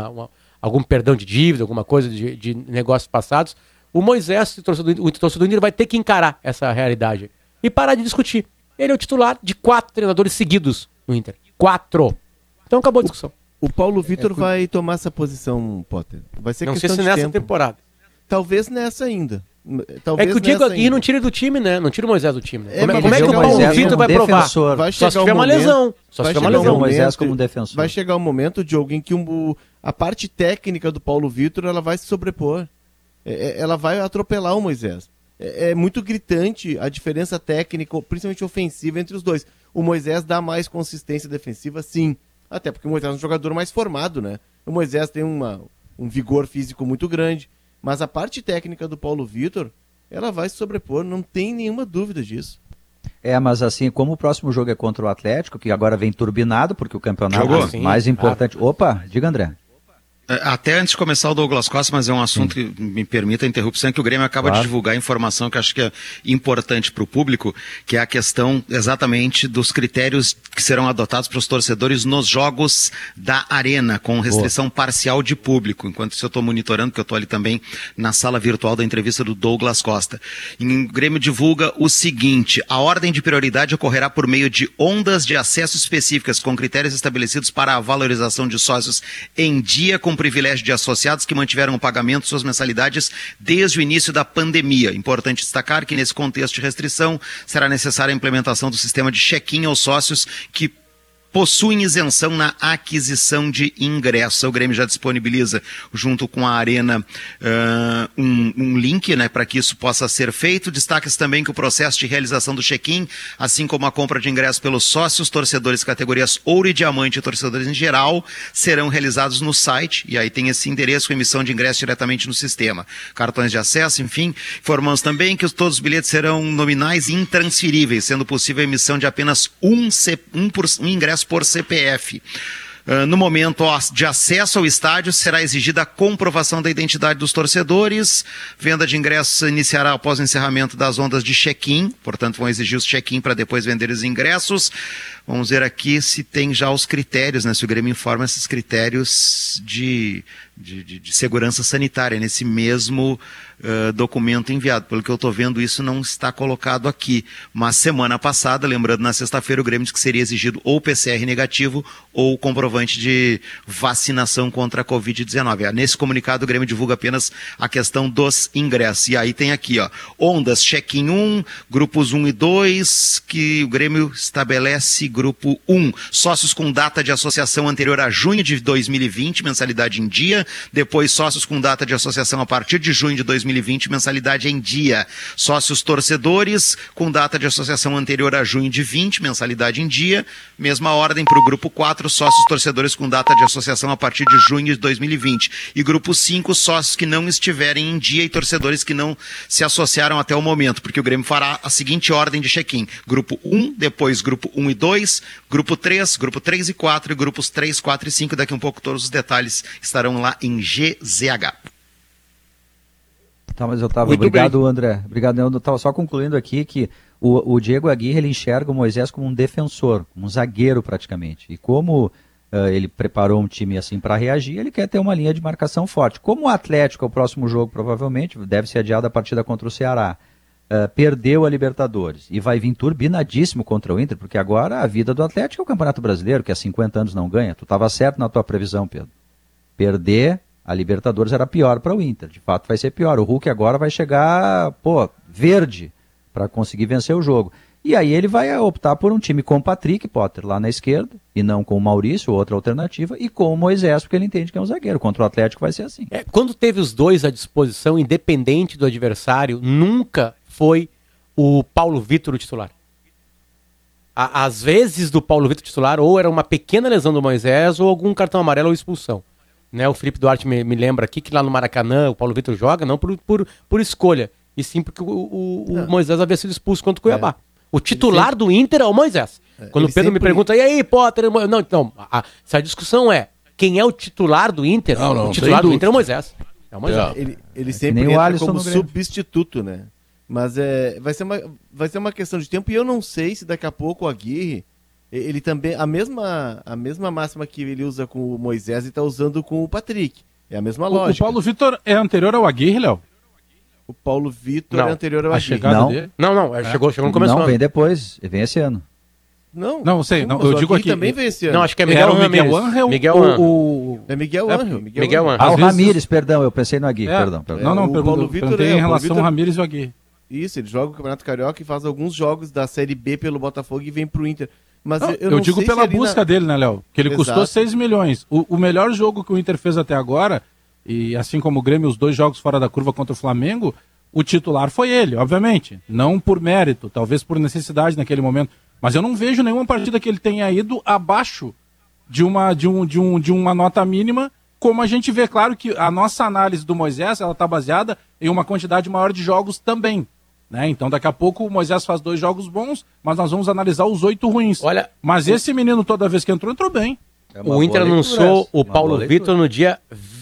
algum perdão de dívida, alguma coisa de negócios passados. O Moisés, o torcedor do Inter, vai ter que encarar essa realidade e parar de discutir. Ele é o titular de 4 treinadores seguidos no Inter. 4. Então acabou a discussão. O Paulo Vitor vai tomar essa posição, Potter. Vai ser não questão sei se de nessa tempo. temporada. Talvez nessa ainda. É que o Diego Aguirre não tira do time, né? Não tira o Moisés do time. Né? Como é que o Paulo Vitor vai provar? Só se tiver uma lesão. Só se tiver uma lesão. O Moisés como defensor. Vai chegar um momento, Diogo, em que a parte técnica do Paulo Vitor ela vai se sobrepor. Ela vai atropelar o Moisés. É muito gritante a diferença técnica, principalmente ofensiva, entre os dois. O Moisés dá mais consistência defensiva, sim. Até porque o Moisés é um jogador mais formado, né? O Moisés tem um vigor físico muito grande. Mas a parte técnica do Paulo Vitor, ela vai se sobrepor, não tem nenhuma dúvida disso. Mas assim, como o próximo jogo é contra o Atlético, que agora vem turbinado, porque o campeonato mais importante... Opa, diga, André. Até antes de começar o Douglas Costa, mas é um assunto que me permita a interrupção, que o Grêmio acaba de divulgar informação que eu acho que é importante para o público, que é a questão exatamente dos critérios que serão adotados para os torcedores nos jogos da Arena, com restrição parcial de público. Enquanto isso eu estou monitorando, porque eu estou ali também na sala virtual da entrevista do Douglas Costa. E o Grêmio divulga o seguinte: a ordem de prioridade ocorrerá por meio de ondas de acesso específicas, com critérios estabelecidos para a valorização de sócios em dia, com privilégio de associados que mantiveram o pagamento de suas mensalidades desde o início da pandemia. Importante destacar que, nesse contexto de restrição, será necessária a implementação do sistema de check-in aos sócios que possuem isenção na aquisição de ingressos. O Grêmio já disponibiliza, junto com a Arena, um link, né, para que isso possa ser feito. Destaca-se também que o processo de realização do check-in, assim como a compra de ingressos pelos sócios, torcedores categorias Ouro e Diamante e torcedores em geral, serão realizados no site, e aí tem esse endereço com emissão de ingressos diretamente no sistema. Cartões de acesso, enfim. Informamos também que todos os bilhetes serão nominais e intransferíveis, sendo possível a emissão de apenas um ingresso por CPF. No momento de acesso ao estádio, será exigida a comprovação da identidade dos torcedores. Venda de ingressos iniciará após o encerramento das ondas de check-in. Portanto, vão exigir os check-in para depois vender os ingressos. Vamos ver aqui se tem já os critérios, né? Se o Grêmio informa esses critérios de segurança sanitária nesse mesmo documento enviado. Pelo que eu estou vendo, isso não está colocado aqui. Mas semana passada, lembrando, na sexta-feira, o Grêmio disse que seria exigido ou PCR negativo ou comprovante de vacinação contra a Covid-19. Nesse comunicado, o Grêmio divulga apenas a questão dos ingressos. E aí tem aqui, ó, ondas, check-in 1, grupos 1 e 2, que o Grêmio estabelece grupo 1. Sócios com data de associação anterior a junho de 2020, mensalidade em dia. Depois, sócios com data de associação a partir de junho de 2020, mensalidade em dia. Sócios torcedores com data de associação anterior a junho de 20, mensalidade em dia. Mesma ordem para o grupo 4, sócios torcedores com data de associação a partir de junho de 2020. E grupo 5, sócios que não estiverem em dia e torcedores que não se associaram até o momento, porque o Grêmio fará a seguinte ordem de check-in. Grupo 1, depois grupo 1 e 2, grupo 3 e 4 e grupos 3, 4 e 5. Daqui um pouco todos os detalhes estarão lá em GZH. Tá, mas eu tava... Muito Obrigado, bem. André. Obrigado, eu tava só concluindo aqui que o Diego Aguirre, ele enxerga o Moisés como um defensor, um zagueiro praticamente. E como ele preparou um time assim para reagir, ele quer ter uma linha de marcação forte. Como o Atlético, o próximo jogo provavelmente, deve ser adiado a partida contra o Ceará, perdeu a Libertadores e vai vir turbinadíssimo contra o Inter, porque agora a vida do Atlético é o Campeonato Brasileiro, que há 50 anos não ganha. Tu estava certo na tua previsão, Pedro. Perder a Libertadores era pior para o Inter. De fato vai ser pior. O Hulk agora vai chegar, verde para conseguir vencer o jogo. E aí ele vai optar por um time com o Patrick Potter lá na esquerda, e não com o Maurício, outra alternativa, e com o Moisés, porque ele entende que é um zagueiro. Contra o Atlético vai ser assim. Quando teve os dois à disposição, independente do adversário, nunca foi o Paulo Vitor o titular. Às vezes do Paulo Vitor titular, ou era uma pequena lesão do Moisés, ou algum cartão amarelo ou expulsão. Né, o Felipe Duarte me lembra aqui que lá no Maracanã o Paulo Vitor joga, não por escolha, e sim porque o Moisés havia sido expulso contra o Cuiabá. O titular do Inter é o Moisés. Quando o Pedro me pergunta, e aí, Potter? Não, essa discussão é quem é o titular do Inter? Não, o titular do Inter é o Moisés. É o Moisés. Ele sempre nem o entra Alisson como no Grêmio. substituto, né? Mas vai ser uma questão de tempo, e eu não sei se daqui a pouco o Aguirre, ele também, a mesma máxima que ele usa com o Moisés, ele está usando com o Patrick. É a mesma lógica. O Paulo Vitor é anterior ao Aguirre, Léo? O Paulo Vitor é anterior ao A Aguirre. chegada Não. dele? Não, chegou no começo do Não, ano. vem depois, vem esse ano. Não sei, mas eu o digo Aguirre aqui. também veio esse ano. Não, acho que é Era Miguel o Miguel Ramírez. Angel, Miguel É Miguel Angel. Miguel Angel. Às o vezes- Ramírez, perdão, eu pensei no Aguirre, perdão. Não, o Paulo Vitor perguntei em o Paulo relação Vitor- ao Ramírez e o Aguirre. Isso, ele joga o Campeonato Carioca e faz alguns jogos da Série B pelo Botafogo e vem pro Inter. Mas Não, eu eu não digo sei pela se ali busca dele, né, Léo? Que ele custou Exato. 6 milhões. O melhor jogo que o Inter fez até agora, e assim como o Grêmio, os 2 jogos fora da curva contra o Flamengo, o titular foi ele, obviamente. Não por mérito, talvez por necessidade naquele momento. Mas eu não vejo nenhuma partida que ele tenha ido abaixo de uma nota mínima, como a gente vê. Claro que a nossa análise do Moisés, ela está baseada em uma quantidade maior de jogos também. Né? Então daqui a pouco o Moisés faz 2 jogos bons, mas nós vamos analisar os 8 ruins. Olha, Mas esse menino, toda vez que entrou bem. É uma o Inter boa leitura anunciou essa, o uma Paulo boa leitura. Vitor no dia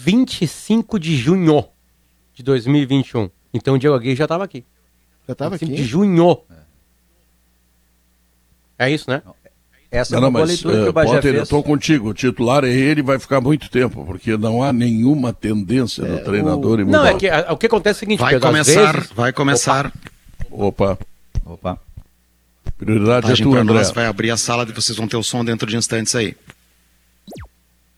25 de junho de 2021. Então o Diego Aguirre já estava aqui. Já estava 25 aqui. de junho. É isso, né? Essa é Não, uma boa mas, leitura que o Bagé Potter, eu fez. estou contigo. O titular é ele, vai ficar muito tempo, porque não há nenhuma tendência do treinador em Não, mudar. é que o que acontece é o seguinte, Vai Pedro, às começar, vezes- vai começar. Opa, Opa. prioridade é Página tua, para André. nós vai abrir a sala e vocês vão ter o som dentro de instantes aí.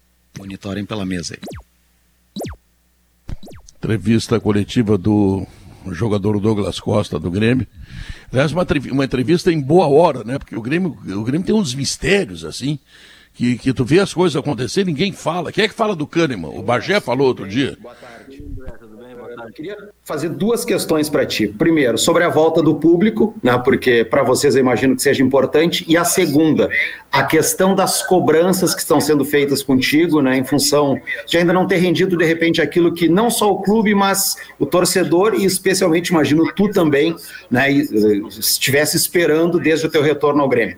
Monitorem pela mesa aí. Entrevista coletiva do jogador Douglas Costa do Grêmio. Aliás, uma entrevista em boa hora, né? Porque o Grêmio tem uns mistérios, assim, que tu vê as coisas acontecer, ninguém fala. Quem é que fala do Kahneman? O Bagé falou outro dia. Boa tarde. Eu queria fazer duas questões para ti. Primeiro, sobre a volta do público, né, porque para vocês eu imagino que seja importante. E a segunda, a questão das cobranças que estão sendo feitas contigo, né, em função de ainda não ter rendido, de repente, aquilo que não só o clube, mas o torcedor e especialmente, imagino, tu também, né, estivesse esperando desde o teu retorno ao Grêmio.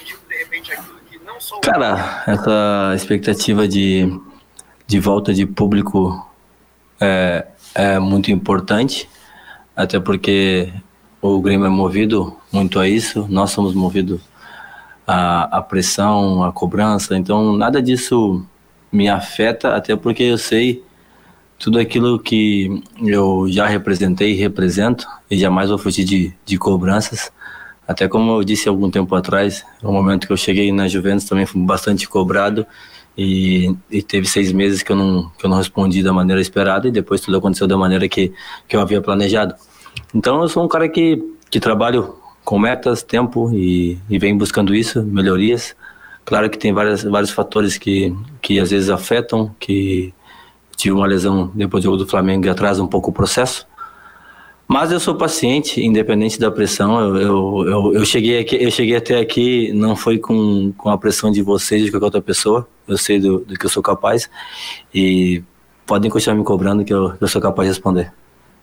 Cara, essa expectativa de volta de público é muito importante, até porque o Grêmio é movido muito a isso, nós somos movidos à pressão, à cobrança, então nada disso me afeta, até porque eu sei tudo aquilo que eu já representei e represento, e jamais vou fugir de cobranças. Até como eu disse algum tempo atrás, no momento que eu cheguei na Juventus também fui bastante cobrado, e teve 6 meses que eu não respondi da maneira esperada, e depois tudo aconteceu da maneira que eu havia planejado. Então eu sou um cara que trabalho com metas, tempo, e venho buscando isso, melhorias. Claro que tem vários fatores que às vezes afetam, que tive uma lesão depois do jogo do Flamengo e atrasa um pouco o processo. Mas eu sou paciente, independente da pressão. Eu cheguei até aqui, não foi com a pressão de vocês, de qualquer outra pessoa. Eu sei do que eu sou capaz, e podem continuar me cobrando que eu sou capaz de responder.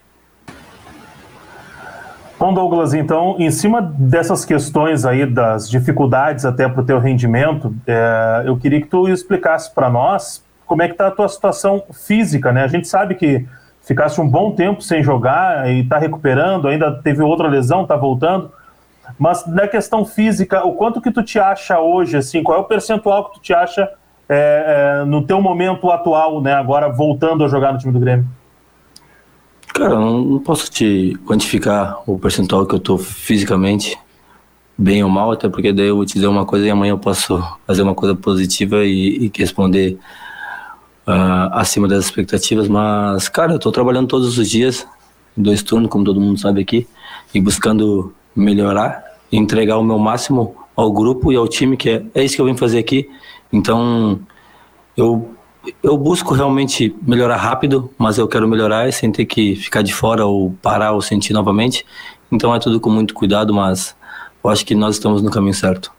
Bom, Douglas, então, em cima dessas questões aí, das dificuldades até para o teu rendimento, eu queria que tu explicasse para nós como é que está a tua situação física, né? A gente sabe que ficaste um bom tempo sem jogar e está recuperando, ainda teve outra lesão, está voltando. Mas na questão física, o quanto que tu te acha hoje, assim, qual é o percentual que tu te acha no teu momento atual, né, agora voltando a jogar no time do Grêmio? Cara, eu não posso te quantificar o percentual que eu tô fisicamente, bem ou mal, até porque daí eu vou te dizer uma coisa e amanhã eu posso fazer uma coisa positiva e responder acima das expectativas. Mas, cara, eu tô trabalhando todos os dias, 2 turnos, como todo mundo sabe aqui, e buscando melhorar, entregar o meu máximo ao grupo e ao time, que é isso que eu vim fazer aqui. Então, eu busco realmente melhorar rápido, mas eu quero melhorar sem ter que ficar de fora ou parar ou sentir novamente. Então é tudo com muito cuidado, mas eu acho que nós estamos no caminho certo.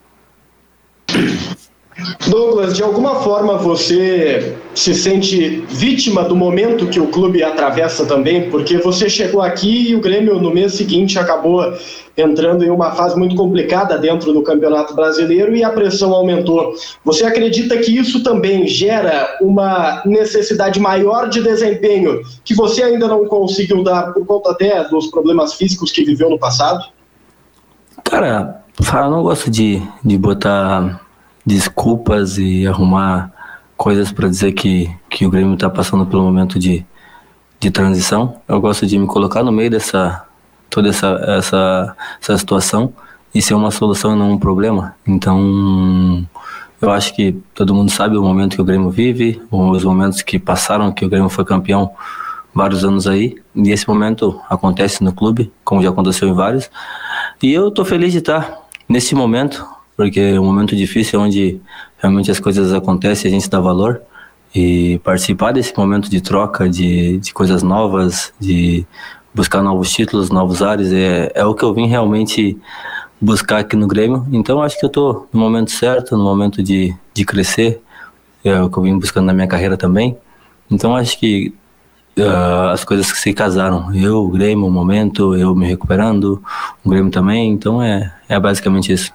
Douglas, de alguma forma você se sente vítima do momento que o clube atravessa também? Porque você chegou aqui e o Grêmio no mês seguinte acabou entrando em uma fase muito complicada dentro do Campeonato Brasileiro e a pressão aumentou. Você acredita que isso também gera uma necessidade maior de desempenho que você ainda não conseguiu dar por conta até dos problemas físicos que viveu no passado? Cara, eu não gosto de botar desculpas e arrumar coisas para dizer que o Grêmio está passando pelo momento de transição. Eu gosto de me colocar no meio toda essa situação e ser uma solução e não um problema. Então, eu acho que todo mundo sabe o momento que o Grêmio vive, os momentos que passaram, que o Grêmio foi campeão vários anos aí, e esse momento acontece no clube, como já aconteceu em vários, e eu tô feliz de estar nesse momento, porque é um momento difícil onde realmente as coisas acontecem e a gente dá valor, e participar desse momento de troca, de coisas novas, de buscar novos títulos, novos ares, é o que eu vim realmente buscar aqui no Grêmio. Então acho que eu tô no momento certo, no momento de crescer, é o que eu vim buscando na minha carreira também. Então acho que as coisas que se casaram, o Grêmio, o momento, eu me recuperando, o Grêmio também, então é basicamente isso.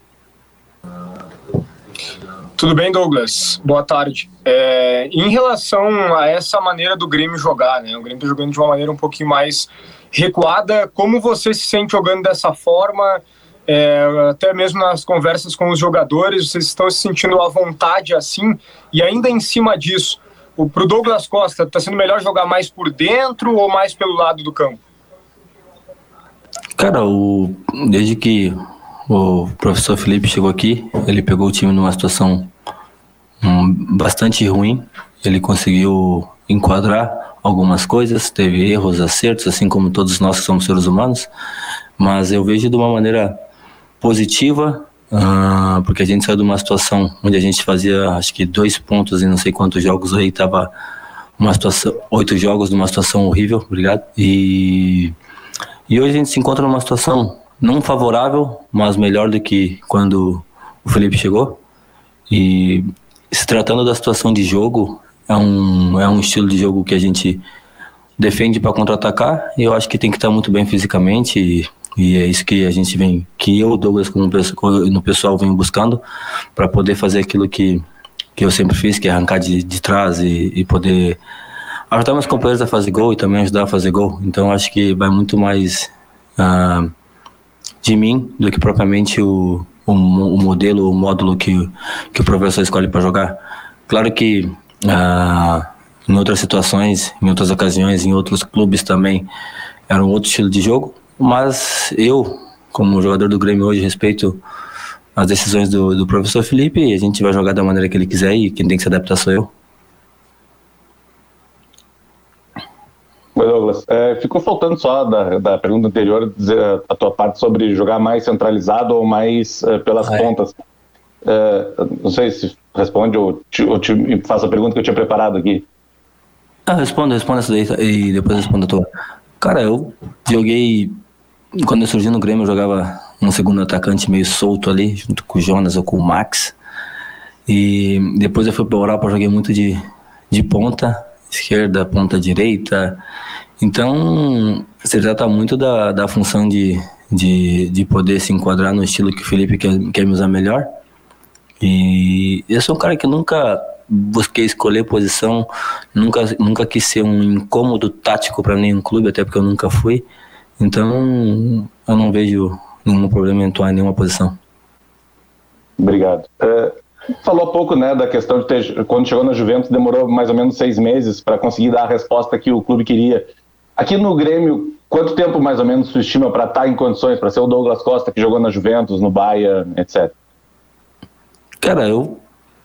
Tudo bem, Douglas? Boa tarde. Em relação a essa maneira do Grêmio jogar, né? O Grêmio está jogando de uma maneira um pouquinho mais recuada. Como você se sente jogando dessa forma? Até mesmo nas conversas com os jogadores, vocês estão se sentindo à vontade assim? E ainda em cima disso, para o Douglas Costa, está sendo melhor jogar mais por dentro ou mais pelo lado do campo? Cara, desde que o professor Felipe chegou aqui, ele pegou o time numa situação bastante ruim ele conseguiu enquadrar algumas coisas, teve erros, acertos, assim como todos nós que somos seres humanos, mas eu vejo de uma maneira positiva, porque a gente saiu de uma situação onde a gente fazia acho que 2 pontos em não sei quantos jogos, aí tava uma situação, 8 jogos numa situação horrível, obrigado, e hoje a gente se encontra numa situação não favorável, mas melhor do que quando o Felipe chegou. E se tratando da situação de jogo, é um estilo de jogo que a gente defende para contra-atacar, e eu acho que tem que estar muito bem fisicamente, e é isso que a gente vem, que eu, Douglas, como no pessoal, venho buscando para poder fazer aquilo que eu sempre fiz, que é arrancar de trás e poder ajudar meus companheiros a fazer gol e também ajudar a fazer gol. Então acho que vai muito mais de mim do que propriamente o modelo, o módulo que o professor escolhe para jogar. Claro que em outras situações, em outras ocasiões, em outros clubes também era um outro estilo de jogo, mas eu, como jogador do Grêmio hoje, respeito as decisões do professor Felipe, e a gente vai jogar da maneira que ele quiser, e quem tem que se adaptar sou eu. Oi, Douglas. Ficou faltando só da pergunta anterior dizer a tua parte sobre jogar mais centralizado ou mais pelas pontas. Não sei se responde ou te faço a pergunta que eu tinha preparado aqui. Responda essa daí e depois respondo a tua. Cara, eu joguei, quando eu surgi no Grêmio, eu jogava um segundo atacante meio solto ali, junto com o Jonas ou com o Max. E depois eu fui para a Europa, joguei muito de ponta esquerda, ponta direita. Então, se trata muito da função de poder se enquadrar no estilo que o Felipe quer me usar melhor. E eu sou um cara que nunca busquei escolher posição, nunca quis ser um incômodo tático para nenhum clube, até porque eu nunca fui. Então, eu não vejo nenhum problema em atuar em nenhuma posição. Obrigado. Falou há pouco, né, da questão de quando chegou na Juventus, demorou mais ou menos 6 meses para conseguir dar a resposta que o clube queria. Aqui no Grêmio, quanto tempo mais ou menos tu estima para estar em condições, para ser o Douglas Costa que jogou na Juventus, no Bahia, etc? Cara, eu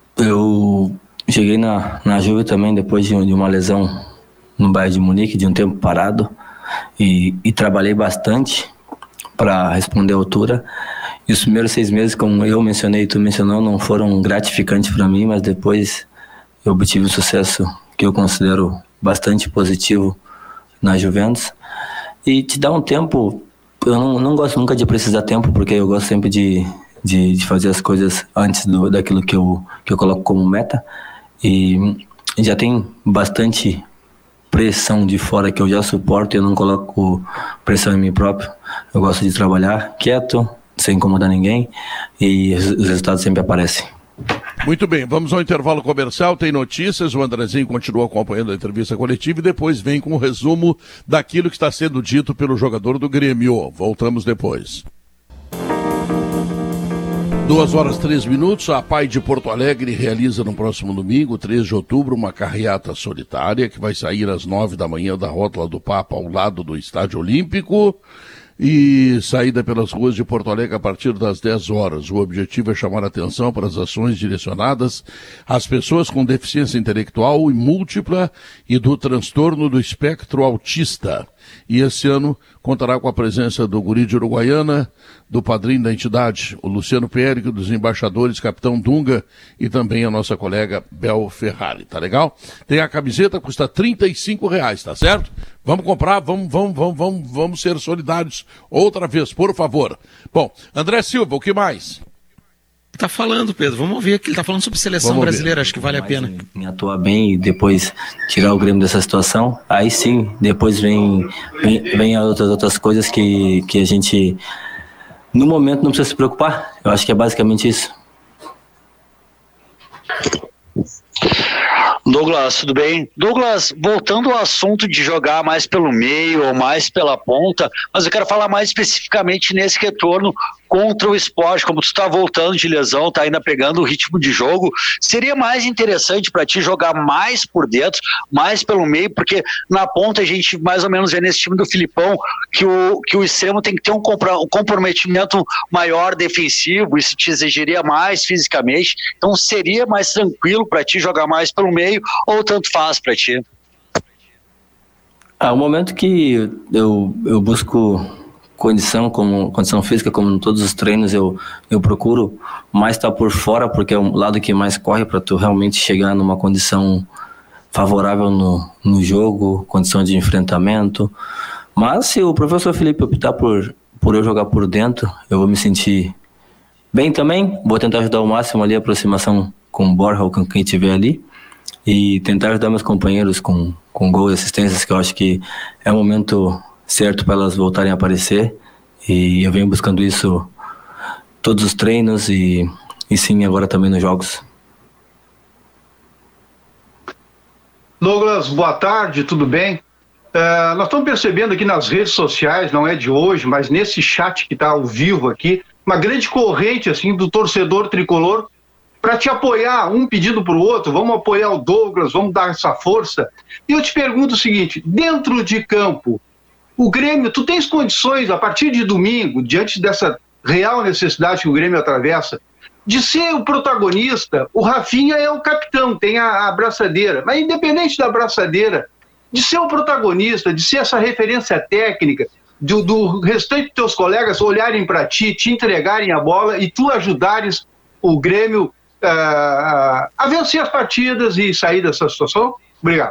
cheguei na Juve também depois de uma lesão no Bayern de Munique, de um tempo parado, e trabalhei bastante para responder à altura. E os primeiros 6 meses, como eu mencionei e tu mencionou, não foram gratificantes para mim, mas depois eu obtive um sucesso que eu considero bastante positivo na Juventus. E te dá um tempo, eu não gosto nunca de precisar tempo, porque eu gosto sempre de fazer as coisas antes daquilo que eu coloco como meta. E já tem bastante pressão de fora que eu já suporto, e eu não coloco pressão em mim próprio. Eu gosto de trabalhar quieto, sem incomodar ninguém, e os resultados sempre aparecem. Muito bem, vamos ao intervalo comercial, tem notícias, o Andrezinho continua acompanhando a entrevista coletiva e depois vem com o resumo daquilo que está sendo dito pelo jogador do Grêmio. Voltamos depois. 2h03, a PAI de Porto Alegre realiza no próximo domingo, 3 de outubro, uma carreata solitária que vai sair às 9 da manhã da Rótula do Papa, ao lado do Estádio Olímpico, e saída pelas ruas de Porto Alegre a partir das 10 horas. O objetivo é chamar a atenção para as ações direcionadas às pessoas com deficiência intelectual e múltipla e do transtorno do espectro autista. E esse ano contará com a presença do guri de Uruguaiana, do padrinho da entidade, o Luciano Périco, dos embaixadores Capitão Dunga e também a nossa colega Bel Ferrari, tá legal? Tem a camiseta, custa R$35, tá certo? Vamos comprar, vamos ser solidários outra vez, por favor. Bom, André Silva, o que mais? Tá falando, Pedro, vamos ouvir aqui, ele tá falando sobre seleção brasileira, acho que vale a pena. Em atuar bem e depois tirar o Grêmio dessa situação, aí sim, depois vem as outras coisas que a gente, no momento, não precisa se preocupar. Eu acho que é basicamente isso. Douglas, tudo bem? Douglas, voltando ao assunto de jogar mais pelo meio ou mais pela ponta, mas eu quero falar mais especificamente nesse retorno contra o Sport, como tu está voltando de lesão, tá ainda pegando o ritmo de jogo, seria mais interessante para ti jogar mais por dentro, mais pelo meio, porque na ponta a gente mais ou menos vê nesse time do Filipão que o extremo tem que ter um comprometimento maior defensivo, isso te exigiria mais fisicamente, então seria mais tranquilo para ti jogar mais pelo meio ou tanto faz para ti? O momento que eu busco condição física, como em todos os treinos, eu procuro mais estar por fora, porque é o lado que mais corre para tu realmente chegar numa condição favorável no jogo, condição de enfrentamento. Mas se o professor Felipe optar por eu jogar por dentro, eu vou me sentir bem também, vou tentar ajudar ao máximo ali a aproximação com o Borja ou com quem estiver ali, e tentar ajudar meus companheiros com gols e assistências, que eu acho que é o momento certo para elas voltarem a aparecer, e eu venho buscando isso todos os treinos e sim, agora também nos jogos. Douglas, boa tarde, tudo bem? Nós estamos percebendo aqui nas redes sociais, não é de hoje, mas nesse chat que está ao vivo aqui, uma grande corrente assim do torcedor tricolor para te apoiar, um pedindo para o outro, vamos apoiar o Douglas, vamos dar essa força. E eu te pergunto o seguinte, dentro de campo, o Grêmio, tu tens condições, a partir de domingo, diante dessa real necessidade que o Grêmio atravessa, de ser o protagonista? O Rafinha é o capitão, tem a abraçadeira, mas independente da abraçadeira, de ser o protagonista, de ser essa referência técnica, do restante dos teus colegas olharem para ti, te entregarem a bola e tu ajudares o Grêmio a vencer as partidas e sair dessa situação? Obrigado.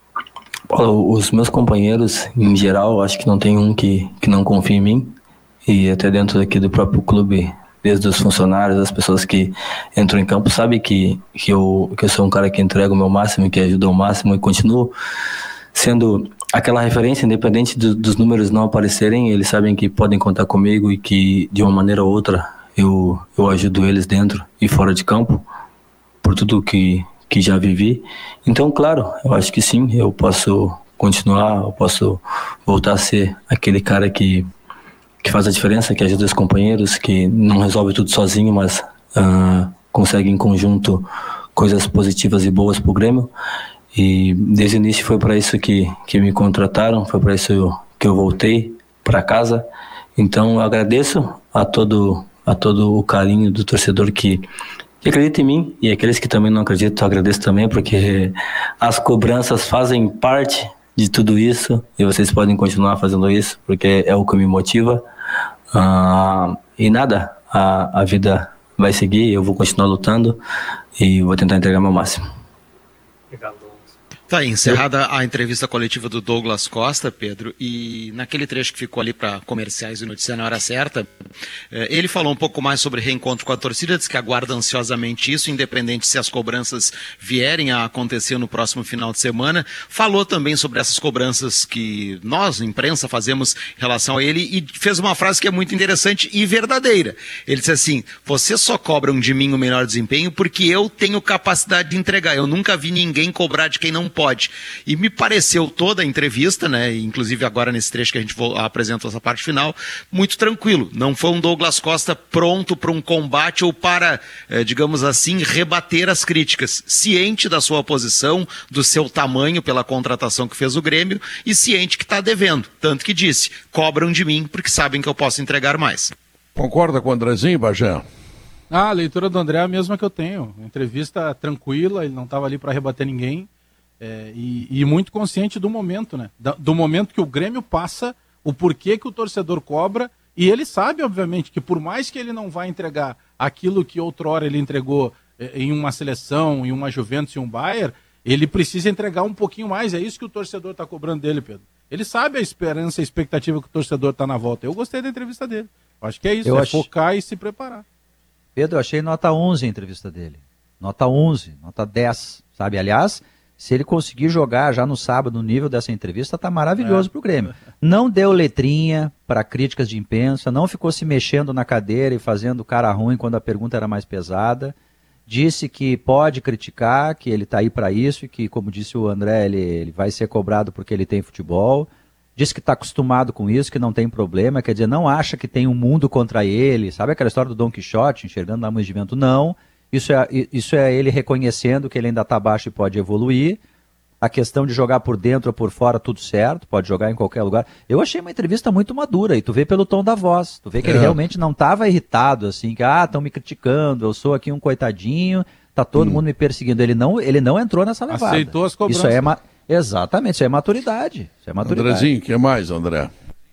Os meus companheiros, em geral, acho que não tem um que não confia em mim, e até dentro aqui do próprio clube, desde os funcionários, as pessoas que entram em campo, sabem que eu sou um cara que entrega o meu máximo, que ajuda ao máximo, e continuo sendo aquela referência, independente dos números não aparecerem. Eles sabem que podem contar comigo e que, de uma maneira ou outra, eu ajudo eles dentro e fora de campo, por tudo que já vivi. Então, claro, eu acho que sim, eu posso continuar, eu posso voltar a ser aquele cara que faz a diferença, que ajuda os companheiros, que não resolve tudo sozinho, mas consegue em conjunto coisas positivas e boas pro Grêmio. E desde o início foi para isso que me contrataram, foi para isso que eu voltei para casa. Então eu agradeço a todo o carinho do torcedor que acredita em mim, e aqueles que também não acreditam, eu agradeço também, porque as cobranças fazem parte de tudo isso, e vocês podem continuar fazendo isso, porque é o que me motiva. E nada, a vida vai seguir, eu vou continuar lutando e vou tentar entregar meu máximo. Obrigado. Tá aí, encerrada a entrevista coletiva do Douglas Costa, Pedro, e naquele trecho que ficou ali para comerciais e notícia na hora certa, ele falou um pouco mais sobre reencontro com a torcida, diz que aguarda ansiosamente isso, independente se as cobranças vierem a acontecer no próximo final de semana. Falou também sobre essas cobranças que nós, imprensa, fazemos em relação a ele, e fez uma frase que é muito interessante e verdadeira. Ele disse assim: vocês só cobram de mim o melhor desempenho porque eu tenho capacidade de entregar, eu nunca vi ninguém cobrar de quem não pode. E me pareceu toda a entrevista, né, inclusive agora nesse trecho que a gente apresentou essa parte final, muito tranquilo. Não foi um Douglas Costa pronto para um combate ou para, digamos assim, rebater as críticas. Ciente da sua posição, do seu tamanho pela contratação que fez o Grêmio, e ciente que está devendo. Tanto que disse, cobram de mim porque sabem que eu posso entregar mais. Concorda com o Andrezinho, Bagé? A leitura do André é a mesma que eu tenho. Entrevista tranquila, ele não estava ali para rebater ninguém. E muito consciente do momento, né? Do momento que o Grêmio passa, o porquê que o torcedor cobra, e ele sabe, obviamente, que por mais que ele não vá entregar aquilo que outrora ele entregou em uma seleção, em uma Juventus e um Bayern, ele precisa entregar um pouquinho mais. É isso que o torcedor está cobrando dele, Pedro. Ele sabe a esperança e a expectativa que o torcedor está na volta. Eu gostei da entrevista dele. Acho que é isso, focar e se preparar. Pedro, eu achei nota 11 a entrevista dele. Nota 11, nota 10, sabe? Aliás, se ele conseguir jogar já no sábado no nível dessa entrevista, tá maravilhoso pro Grêmio. Não deu letrinha para críticas de imprensa, não ficou se mexendo na cadeira e fazendo cara ruim quando a pergunta era mais pesada. Disse que pode criticar, que ele tá aí para isso e que, como disse o André, ele vai ser cobrado porque ele tem futebol. diz que está acostumado com isso, que não tem problema, quer dizer, não acha que tem um mundo contra ele, sabe aquela história do Dom Quixote, enxergando lá Moinhos de Vento? Não, isso é ele reconhecendo que ele ainda está baixo e pode evoluir. A questão de jogar por dentro ou por fora, tudo certo, pode jogar em qualquer lugar. Eu achei uma entrevista muito madura, e tu vê pelo tom da voz, tu vê que ele realmente não estava irritado, assim, que, estão me criticando, eu sou aqui um coitadinho, tá todo mundo me perseguindo. Ele não entrou nessa levada. Aceitou as cobranças. Isso exatamente, isso é maturidade. Andrezinho, o que mais, André?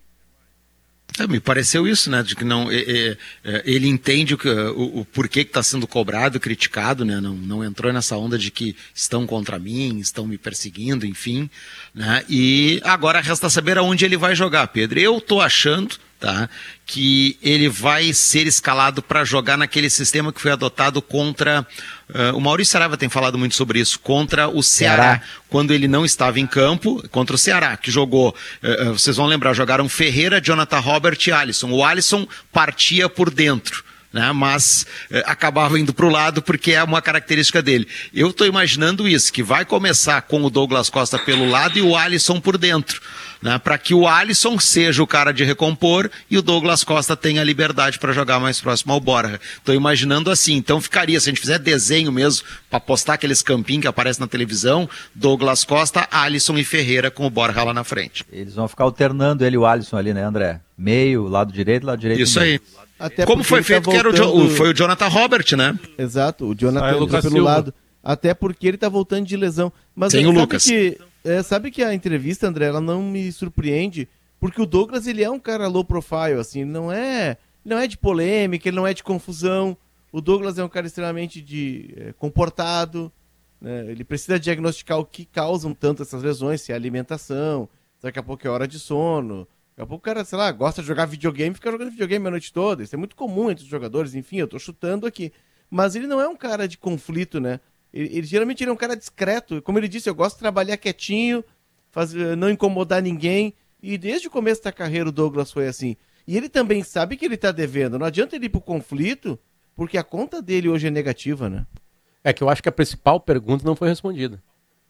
Me pareceu isso, né? De que não, ele entende o porquê que está sendo cobrado, criticado, né? Não entrou nessa onda de que estão contra mim, estão me perseguindo, enfim, né? E agora resta saber aonde ele vai jogar, Pedro. Eu tô achando, tá, que ele vai ser escalado para jogar naquele sistema que foi adotado contra o Maurício Saraiva tem falado muito sobre isso, contra o Ceará, quando ele não estava em campo, contra o Ceará, que jogou, vocês vão lembrar, jogaram Ferreira, Jonathan Robert e Alisson. O Alisson partia por dentro, né, mas acabava indo para o lado porque é uma característica dele. Eu estou imaginando isso, que vai começar com o Douglas Costa pelo lado e o Alisson por dentro, né, para que o Alisson seja o cara de recompor e o Douglas Costa tenha liberdade para jogar mais próximo ao Borja. Estou imaginando assim, então ficaria, se a gente fizer desenho mesmo, para postar aqueles campinhos que aparecem na televisão, Douglas Costa, Alisson e Ferreira com o Borja lá na frente. Eles vão ficar alternando ele e o Alisson ali, né, André? Meio, lado direito. Isso aí. Até como foi feito, que era foi o Jonathan Robert, né? Exato, o Jonathan entrou pelo lado. Até porque ele tá voltando de lesão. Mas sem o Lucas. Sabe que a entrevista, André, ela não me surpreende, porque o Douglas, ele é um cara low profile, assim, não é de polêmica, ele não é de confusão. O Douglas é um cara extremamente comportado, né? Ele precisa diagnosticar o que causam tanto essas lesões, se é alimentação, se daqui a pouco é hora de sono. Daqui a pouco o cara, sei lá, gosta de jogar videogame, fica jogando videogame a noite toda. Isso é muito comum entre os jogadores, enfim, eu tô chutando aqui. Mas ele não é um cara de conflito, né? Ele geralmente é um cara discreto. Como ele disse, eu gosto de trabalhar quietinho, não incomodar ninguém. E desde o começo da carreira o Douglas foi assim. E ele também sabe que ele tá devendo. Não adianta ele ir pro conflito, porque a conta dele hoje é negativa, né? É que eu acho que a principal pergunta não foi respondida.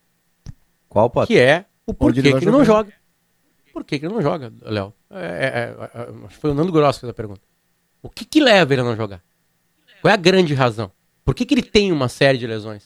Qual, Pato? Que é o porquê que ele não joga. Por que ele não joga, Léo? Acho que foi o Nando Grosso que fez a pergunta. O que leva ele a não jogar? Qual é a grande razão? Por que ele tem uma série de lesões?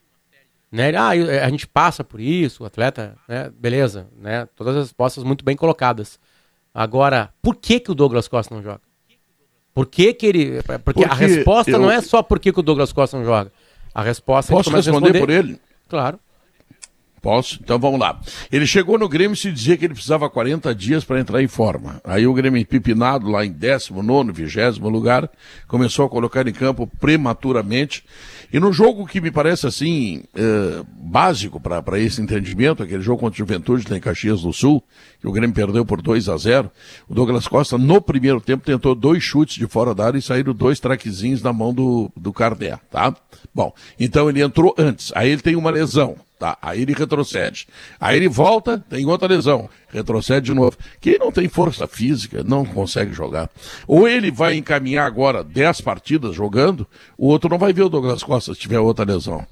Né? A gente passa por isso, o atleta, né? Beleza, né? Todas as respostas muito bem colocadas. Agora, por que o Douglas Costa não joga? Por que ele... Porque a resposta não é só por que o Douglas Costa não joga. A resposta... Posso responder por ele? Claro. Posso? Então vamos lá. Ele chegou no Grêmio e se dizia que ele precisava 40 dias para entrar em forma. Aí o Grêmio empipinado lá em 19º, 20º lugar, começou a colocar em campo prematuramente. E no jogo que me parece assim, básico para esse entendimento, aquele jogo contra o Juventude lá em Caxias do Sul, que o Grêmio perdeu por 2-0, o Douglas Costa no primeiro tempo tentou 2 chutes de fora da área e saíram 2 traquezinhos na mão do Cardé, tá? Bom, então ele entrou antes, aí ele tem uma lesão. Tá, aí ele retrocede. Aí ele volta, tem outra lesão. Retrocede de novo. Quem não tem força física não consegue jogar. Ou ele vai encaminhar agora 10 partidas jogando, o outro não vai ver o Douglas Costa se tiver outra lesão.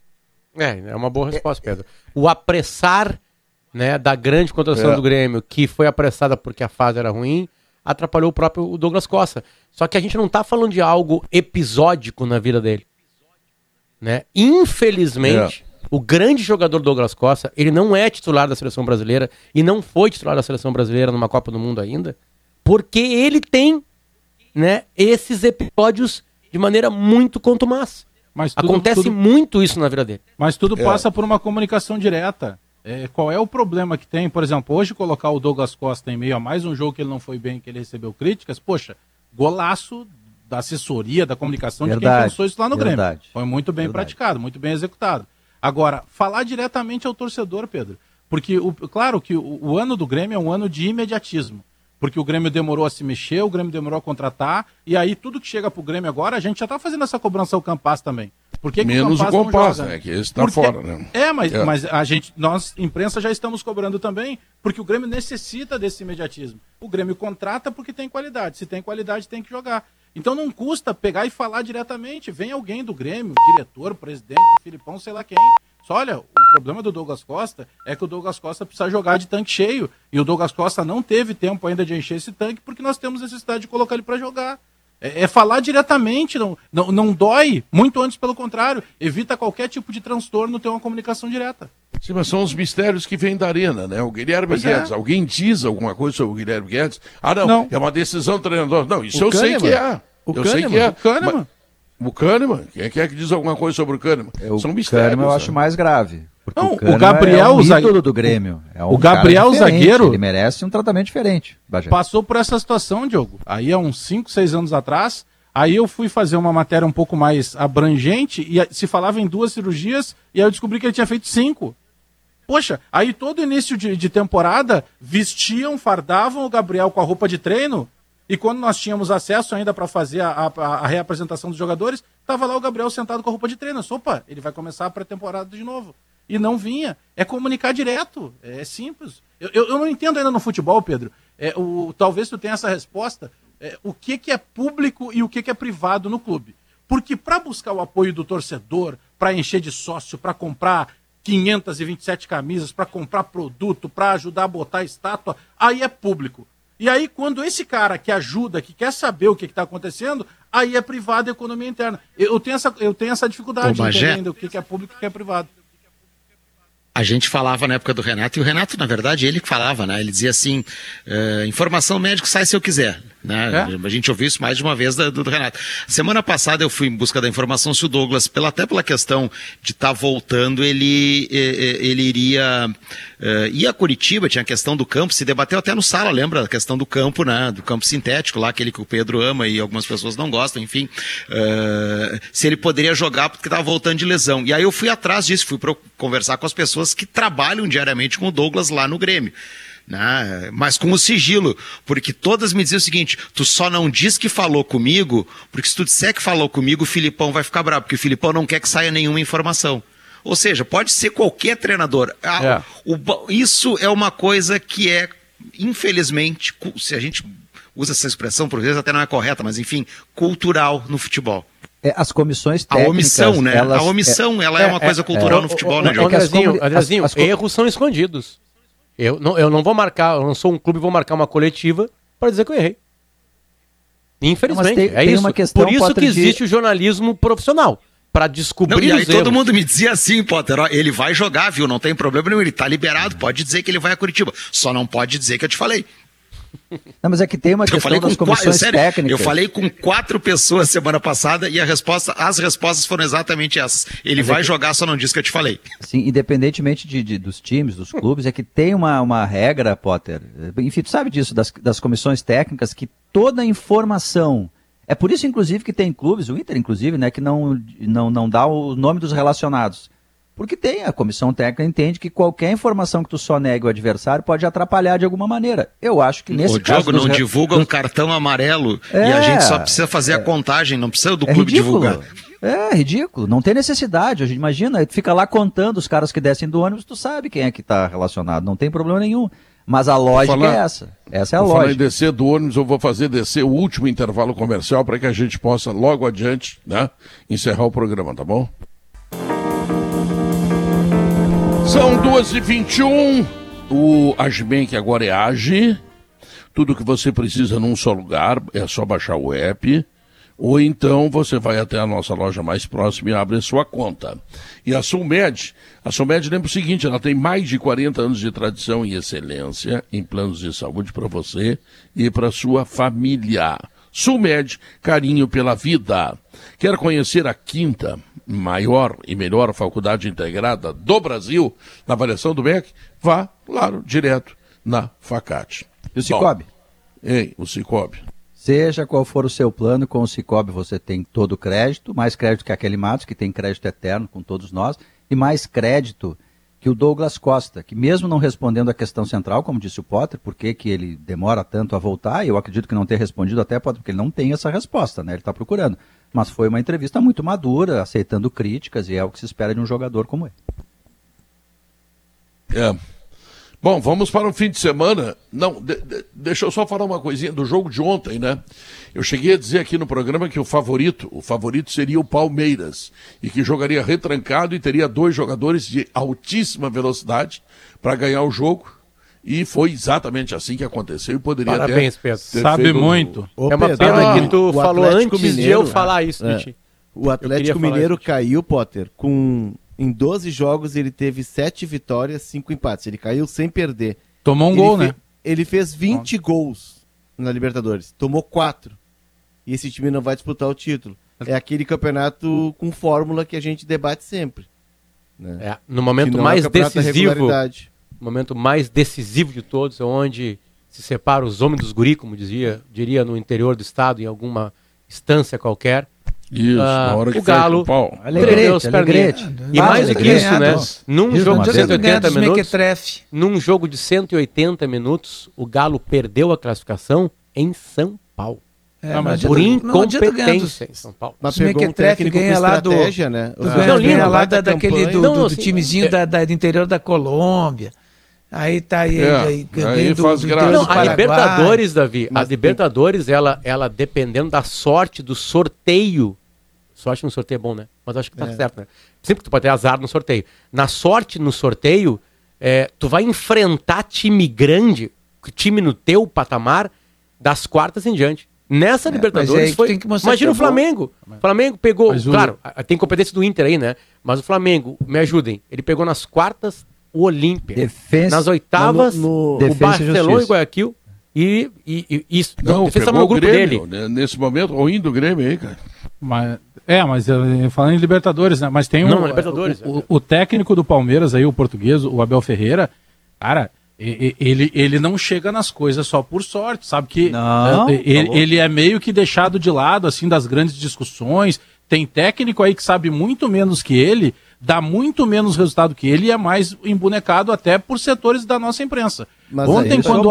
É uma boa resposta, Pedro. O apressar, né, da grande contratação do Grêmio, que foi apressada porque a fase era ruim, atrapalhou o próprio Douglas Costa. Só que a gente não tá falando de algo episódico na vida dele. Né? Infelizmente... O grande jogador Douglas Costa, ele não é titular da seleção brasileira e não foi titular da seleção brasileira numa Copa do Mundo ainda, porque ele tem, né, esses episódios de maneira muito contumaz. Mas acontece muito isso na vida dele. Mas tudo passa por uma comunicação direta. Qual é o problema que tem? Por exemplo, hoje colocar o Douglas Costa em meio a mais um jogo que ele não foi bem, que ele recebeu críticas, poxa, golaço da assessoria, da comunicação de quem pensou isso lá no Grêmio. Foi muito bem praticado, muito bem executado. Agora, falar diretamente ao torcedor, Pedro, porque, claro que o ano do Grêmio é um ano de imediatismo, porque o Grêmio demorou a se mexer, o Grêmio demorou a contratar, e aí tudo que chega pro Grêmio agora, a gente já tá fazendo essa cobrança ao Campas também. Por que menos o Campas, né? Que esse tá fora, né? Mas nós, imprensa, já estamos cobrando também, porque o Grêmio necessita desse imediatismo. O Grêmio contrata porque tem qualidade, se tem qualidade tem que jogar. Então não custa pegar e falar diretamente. Vem alguém do Grêmio, diretor, presidente, Filipão, sei lá quem, Só olha, o problema do Douglas Costa é que o Douglas Costa precisa jogar de tanque cheio. E o Douglas Costa não teve tempo ainda de encher esse tanque porque nós temos necessidade de colocar ele para jogar. É falar diretamente, não dói, muito antes pelo contrário, evita qualquer tipo de transtorno ter uma comunicação direta. Sim, mas são os mistérios que vêm da arena, né? O Guilherme Guedes, alguém diz alguma coisa sobre o Guilherme Guedes? Ah, não. É uma decisão do treinador. Não, isso eu sei que é. Eu sei que é. O Kahneman. O Kahneman? Quem é que diz alguma coisa sobre o Kahneman? São mistérios. O Kahneman eu acho mais grave. Porque não, o Gabriel, é um ídolo do Grêmio. É um o Gabriel zagueiro, ele merece um tratamento diferente. Passou por essa situação, Diogo. Aí há uns 5, 6 anos atrás, aí eu fui fazer uma matéria um pouco mais abrangente e se falava em 2 cirurgias e aí eu descobri que ele tinha feito 5. Poxa, aí todo início de temporada fardavam o Gabriel com a roupa de treino e quando nós tínhamos acesso ainda para fazer a reapresentação dos jogadores, estava lá o Gabriel sentado com a roupa de treino. Opa, ele vai começar a pré-temporada de novo. E não vinha. É comunicar direto. É simples. Eu não entendo ainda no futebol, Pedro. Talvez tu tenha essa resposta. O que é público e o que é privado no clube. Porque para buscar o apoio do torcedor, para encher de sócio, para comprar 527 camisas, para comprar produto, para ajudar a botar estátua, aí é público. E aí, quando esse cara que ajuda, que quer saber o que está acontecendo, aí é privado e economia interna. Eu tenho essa dificuldade de entender o que é público e o que é privado. A gente falava na época do Renato, e o Renato, na verdade, ele que falava, né? Ele dizia assim, informação médico sai se eu quiser, né? A gente ouviu isso mais de uma vez do Renato. Semana passada eu fui em busca da informação se o Douglas, até pela questão de estar voltando, ele iria ir a Curitiba, tinha a questão do campo, se debateu até no Sala, lembra? A questão do campo, né? Do campo sintético lá, aquele que o Pedro ama e algumas pessoas não gostam, enfim. Se ele poderia jogar porque estava voltando de lesão. E aí eu fui atrás disso, fui conversar com as pessoas que trabalham diariamente com o Douglas lá no Grêmio, né? Mas com o sigilo, porque todas me diziam o seguinte: tu só não diz que falou comigo, porque se tu disser que falou comigo, o Filipão vai ficar bravo, porque o Filipão não quer que saia nenhuma informação. Ou seja, pode ser qualquer treinador. Isso é uma coisa que é, infelizmente, se a gente usa essa expressão, por vezes até não é correta, mas enfim, cultural no futebol. As comissões técnicas... A omissão, né? A omissão, ela é uma coisa cultural no futebol, né, Diogo? Andrezinho, erros são escondidos. Eu não vou marcar, eu não sou um clube, vou marcar uma coletiva para dizer que eu errei. Infelizmente, tem isso. Por isso que existe o jornalismo profissional, para descobrir e aí os erros. Todo mundo me dizia assim, Potter, ó, ele vai jogar, viu? Não tem problema nenhum, ele tá liberado, pode dizer que ele vai a Curitiba. Só não pode dizer que eu te falei. Não, mas é que tem uma questão das comissões técnicas. Eu falei com 4 pessoas semana passada e as respostas foram exatamente essas. Ele vai jogar, só não diz que eu te falei. Sim, independentemente dos times, dos clubes, é que tem uma regra, Potter. Enfim, tu sabe disso, das comissões técnicas, que toda a informação... É por isso, inclusive, que tem clubes, o Inter, inclusive, né, que não dá o nome dos relacionados. Porque a comissão técnica entende que qualquer informação que tu só negue o adversário pode atrapalhar de alguma maneira. Eu acho que nesse caso... O Diogo não divulga um cartão amarelo e a gente só precisa fazer a contagem, não precisa do clube divulgar. É ridículo, não tem necessidade. Hoje, imagina, tu fica lá contando os caras que descem do ônibus, tu sabe quem é que está relacionado, não tem problema nenhum. Mas a lógica é essa. Essa é a lógica. Falar em descer do ônibus, eu vou fazer descer o último intervalo comercial para que a gente possa, logo adiante, né, encerrar o programa, tá bom? São 2h21, o Agibank agora é Agi, tudo que você precisa num só lugar, é só baixar o app, ou então você vai até a nossa loja mais próxima e abre a sua conta. E a Sulmed lembra o seguinte, ela tem mais de 40 anos de tradição e excelência em planos de saúde para você e para sua família. Sulmed, carinho pela vida. Quer conhecer a 5ª maior e melhor faculdade integrada do Brasil na avaliação do MEC? Vá, claro, direto na Facate. E o Cicobi? O Cicobi. Seja qual for o seu plano, com o Cicobi você tem todo o crédito, mais crédito que aquele Matos, que tem crédito eterno com todos nós, e mais crédito que o Douglas Costa, que mesmo não respondendo a questão central, como disse o Potter, por que ele demora tanto a voltar, eu acredito que não ter respondido até, Potter, porque ele não tem essa resposta, né? Ele está procurando. Mas foi uma entrevista muito madura, aceitando críticas, e é o que se espera de um jogador como ele. Bom, vamos para o fim de semana. Não, deixa eu só falar uma coisinha do jogo de ontem, né? Eu cheguei a dizer aqui no programa que o favorito seria o Palmeiras, e que jogaria retrancado e teria 2 jogadores de altíssima velocidade para ganhar o jogo. E foi exatamente assim que aconteceu e poderia Parabéns, Pedro. Sabe muito. É uma pena que tu falou antes de eu falar isso, Titi. O Atlético Mineiro caiu, Potter, em 12 jogos ele teve 7 vitórias, 5 empates. Ele caiu sem perder. Tomou um gol, né? Ele fez 20 gols na Libertadores. Tomou 4. E esse time não vai disputar o título. É aquele campeonato com fórmula que a gente debate sempre. Né? No momento mais decisivo de todos, onde se separa os homens dos guri, como diria no interior do estado, em alguma instância qualquer. Isso, na hora que o Galo Alegrete. E mais do que isso, né? Num jogo de 180 minutos, Mequetrefe. jogo de 180 minutos, o Galo perdeu a classificação em São Paulo. Por incompetência em São Paulo. Mas pegou um técnico com estratégia, né? Ganha lá daquele do timezinho do interior da Colômbia. Aí tá aí faz graça. A Libertadores, Davi, a Libertadores, ela dependendo da sorte do sorteio. Sorte no sorteio é bom, né? Mas acho que tá certo, né? Sempre que tu pode ter azar no sorteio. Na sorte no sorteio, tu vai enfrentar time grande, time no teu patamar, das quartas em diante. Nessa Libertadores foi... Imagina o Flamengo. O Flamengo pegou... Claro, tem competência do Inter aí, né? Mas o Flamengo, me ajudem, ele pegou nas quartas o Olímpia. Nas oitavas, o Barcelona e Guayaquil. E isso. Não, Defesa pegou no grupo o Grêmio, dele. Nesse momento, ruim do Grêmio aí, cara. Mas falando em Libertadores, né? Mas tem Libertadores, o técnico do Palmeiras aí, o português, o Abel Ferreira, cara, ele não chega nas coisas só por sorte, sabe que ele é meio que deixado de lado, assim, das grandes discussões. Tem técnico aí que sabe muito menos que ele, dá muito menos resultado que ele e é mais embonecado até por setores da nossa imprensa. Mas ontem, quando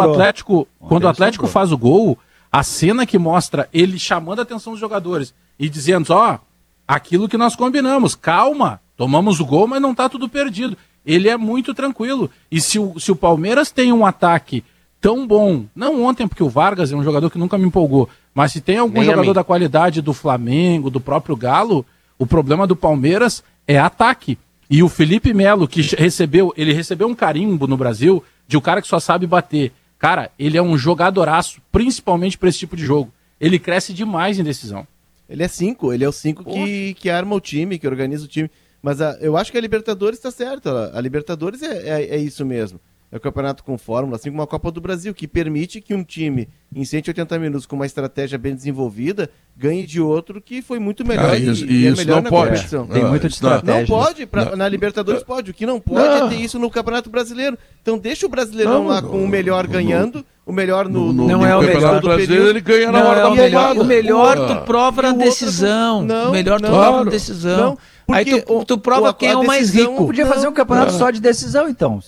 o Atlético faz o gol, a cena que mostra ele chamando a atenção dos jogadores e dizendo, aquilo que nós combinamos, calma, tomamos o gol, mas não tá tudo perdido. Ele é muito tranquilo. E se o Palmeiras tem um ataque tão bom, não ontem, porque o Vargas é um jogador que nunca me empolgou, mas se tem algum jogador da qualidade do Flamengo, do próprio Galo, o problema do Palmeiras é ataque. E o Felipe Melo, que recebeu um carimbo no Brasil de um cara que só sabe bater. Cara, ele é um jogadoraço, principalmente para esse tipo de jogo. Ele cresce demais em decisão. Ele é o 5 que arma o time, que organiza o time. Mas eu acho que a Libertadores está certo. A Libertadores é isso mesmo. É o campeonato com fórmula, assim como a Copa do Brasil, que permite que um time, em 180 minutos, com uma estratégia bem desenvolvida, ganhe de outro que foi muito melhor e é melhor não na pode. competição. Tem muita estratégia. Não pode, na Libertadores pode. O que não pode é ter isso no Campeonato Brasileiro. Então deixa o Brasileirão lá com o melhor ganhando, o melhor no não é o melhor do brasileiro, ele ganha na hora da melhor. O melhor tu prova na decisão. O melhor tu prova na decisão. Aí tu prova quem é o mais rico. Podia fazer um campeonato só de decisão, então.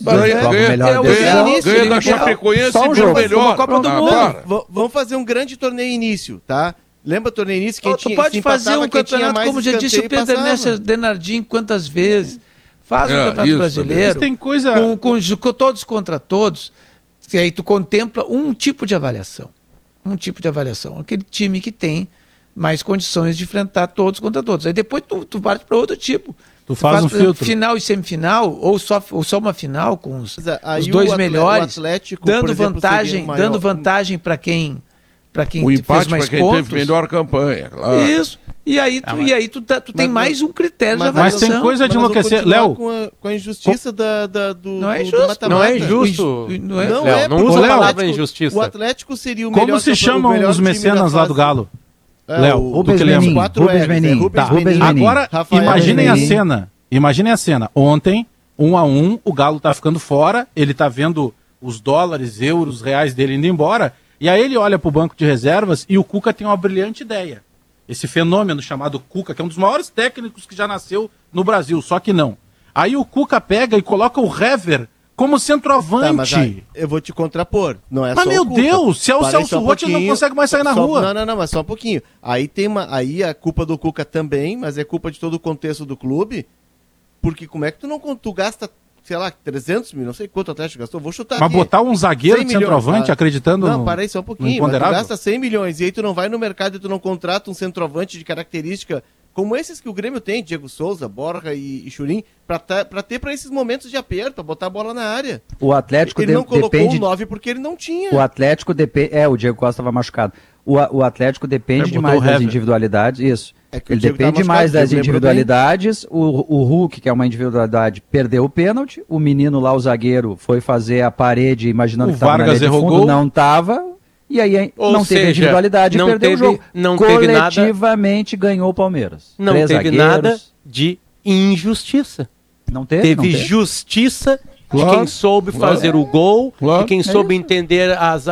Ganha da Chapecoense e o melhor. Copa do Mundo. Vamos fazer um grande torneio início, tá? Lembra o torneio início? Tu pode fazer um campeonato, como já disse o Pedro Ernesto Denardim quantas vezes. Faz um campeonato brasileiro com todos contra todos. E aí tu contempla um tipo de avaliação. Aquele time que tem mais condições de enfrentar todos contra todos. Aí depois tu parte para outro tipo. Tu faz um filtro. Final e semifinal, ou só uma final com os dois melhores, dando vantagem para quem o empate fez mais para quem pontos. teve melhor campanha, claro. Isso. E aí tu tem mais um critério de avaliação. Mas tem coisa de enlouquecer. Léo, com a injustiça não é justo. Não é justo. Não usa a palavra injustiça. O Atlético seria o melhor. Como se chamam os mecenas lá do Galo? Léo, Rubens Menin. Agora, imaginem a cena. Ontem, 1-1, o Galo tá ficando fora, ele tá vendo os dólares, euros, reais dele indo embora, e aí ele olha pro banco de reservas e o Cuca tem uma brilhante ideia. Esse fenômeno chamado Cuca, que é um dos maiores técnicos que já nasceu no Brasil, só que não. Aí o Cuca pega e coloca o Hever como centroavante. Tá, mas aí, eu vou te contrapor. Não é mas só meu o Cuca. Deus, se é o Celso Roth, ele não consegue mais sair na rua. Não, mas só um pouquinho. Aí a culpa do Cuca também, mas é culpa de todo o contexto do clube. Porque como é que tu gasta sei lá, 300 mil, não sei quanto o Atlético gastou, vou chutar Mas aqui. botar um zagueiro de centroavante acreditando não, no para aí só um pouquinho, mas tu imponderável? gasta 100 milhões e aí tu não vai no mercado e tu não contrata um centroavante de característica como esses que o Grêmio tem, Diego Souza, Borja e Churin, pra ter pra esses momentos de aperto, pra botar a bola na área. O Atlético ele não colocou depende... o 9 porque ele não tinha. O Atlético depende... o Diego Costa estava machucado. O Atlético depende demais das individualidades. Isso. Ele depende mais das individualidades. O Hulk, que é uma individualidade, perdeu o pênalti. O menino lá, o zagueiro, foi fazer a parede imaginando que estava na linha de fundo, não estava. E aí não teve individualidade e perdeu o jogo. Coletivamente ganhou o Palmeiras. Não teve nada de injustiça. Não teve justiça de quem soube fazer o gol, de quem soube entender as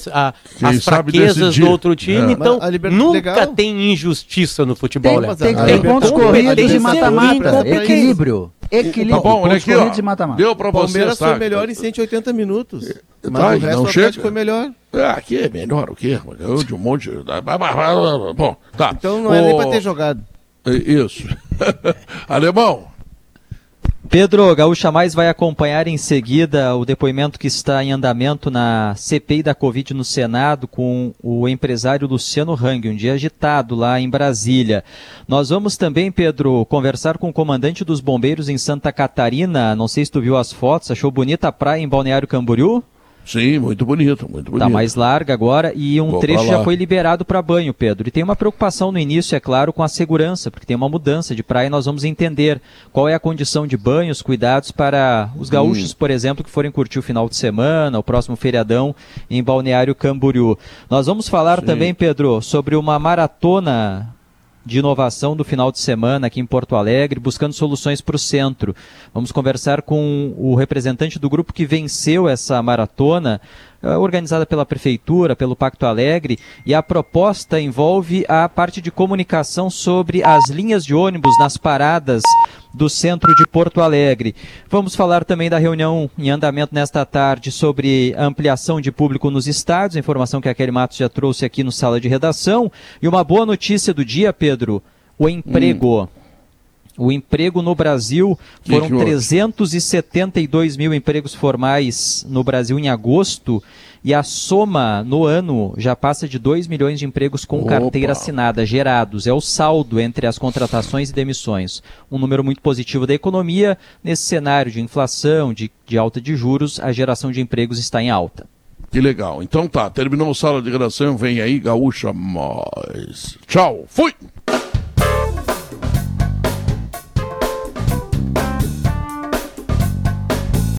fraquezas do outro time. Então, nunca tem injustiça no futebol. Tem pontos corridos e mata-mata. Equilíbrio. Tá bom, olha aqui, ó. De mata-mata. Deu pra você, Palmeiras foi melhor em 180 minutos. Mas o resto do Atlético foi melhor. Aqui é melhor o quê? De um monte de... Bom, tá. Então não é nem pra ter jogado. Isso. Alemão. Pedro, Gaúcha Mais vai acompanhar em seguida o depoimento que está em andamento na CPI da Covid no Senado com o empresário Luciano Hang, um dia agitado lá em Brasília. Nós vamos também, Pedro, conversar com o comandante dos bombeiros em Santa Catarina. Não sei se tu viu as fotos, achou bonita a praia em Balneário Camboriú? Sim, muito bonito, muito bonito. Tá mais larga agora e um trecho já foi liberado para banho, Pedro. E tem uma preocupação no início, é claro, com a segurança, porque tem uma mudança de praia e nós vamos entender qual é a condição de banho, os cuidados para os gaúchos, por exemplo, que forem curtir o final de semana, o próximo feriadão em Balneário Camboriú. Nós vamos falar também, Pedro, sobre uma maratona de inovação do final de semana aqui em Porto Alegre, buscando soluções para o centro. Vamos conversar com o representante do grupo que venceu essa maratona, organizada pela Prefeitura, pelo Pacto Alegre, e a proposta envolve a parte de comunicação sobre as linhas de ônibus nas paradas do centro de Porto Alegre. Vamos falar também da reunião em andamento nesta tarde sobre a ampliação de público nos estádios, a informação que a Kelly Matos já trouxe aqui no Sala de Redação. E uma boa notícia do dia, Pedro, o emprego. O emprego no Brasil, foram 372 mil empregos formais no Brasil em agosto, e a soma no ano já passa de 2 milhões de empregos com carteira assinada, gerados. É o saldo entre as contratações e demissões. Um número muito positivo da economia. Nesse cenário de inflação, de alta de juros, a geração de empregos está em alta. Que legal. Então tá, terminou a Sala de Redação, vem aí Gaúcha Mais. Tchau, fui!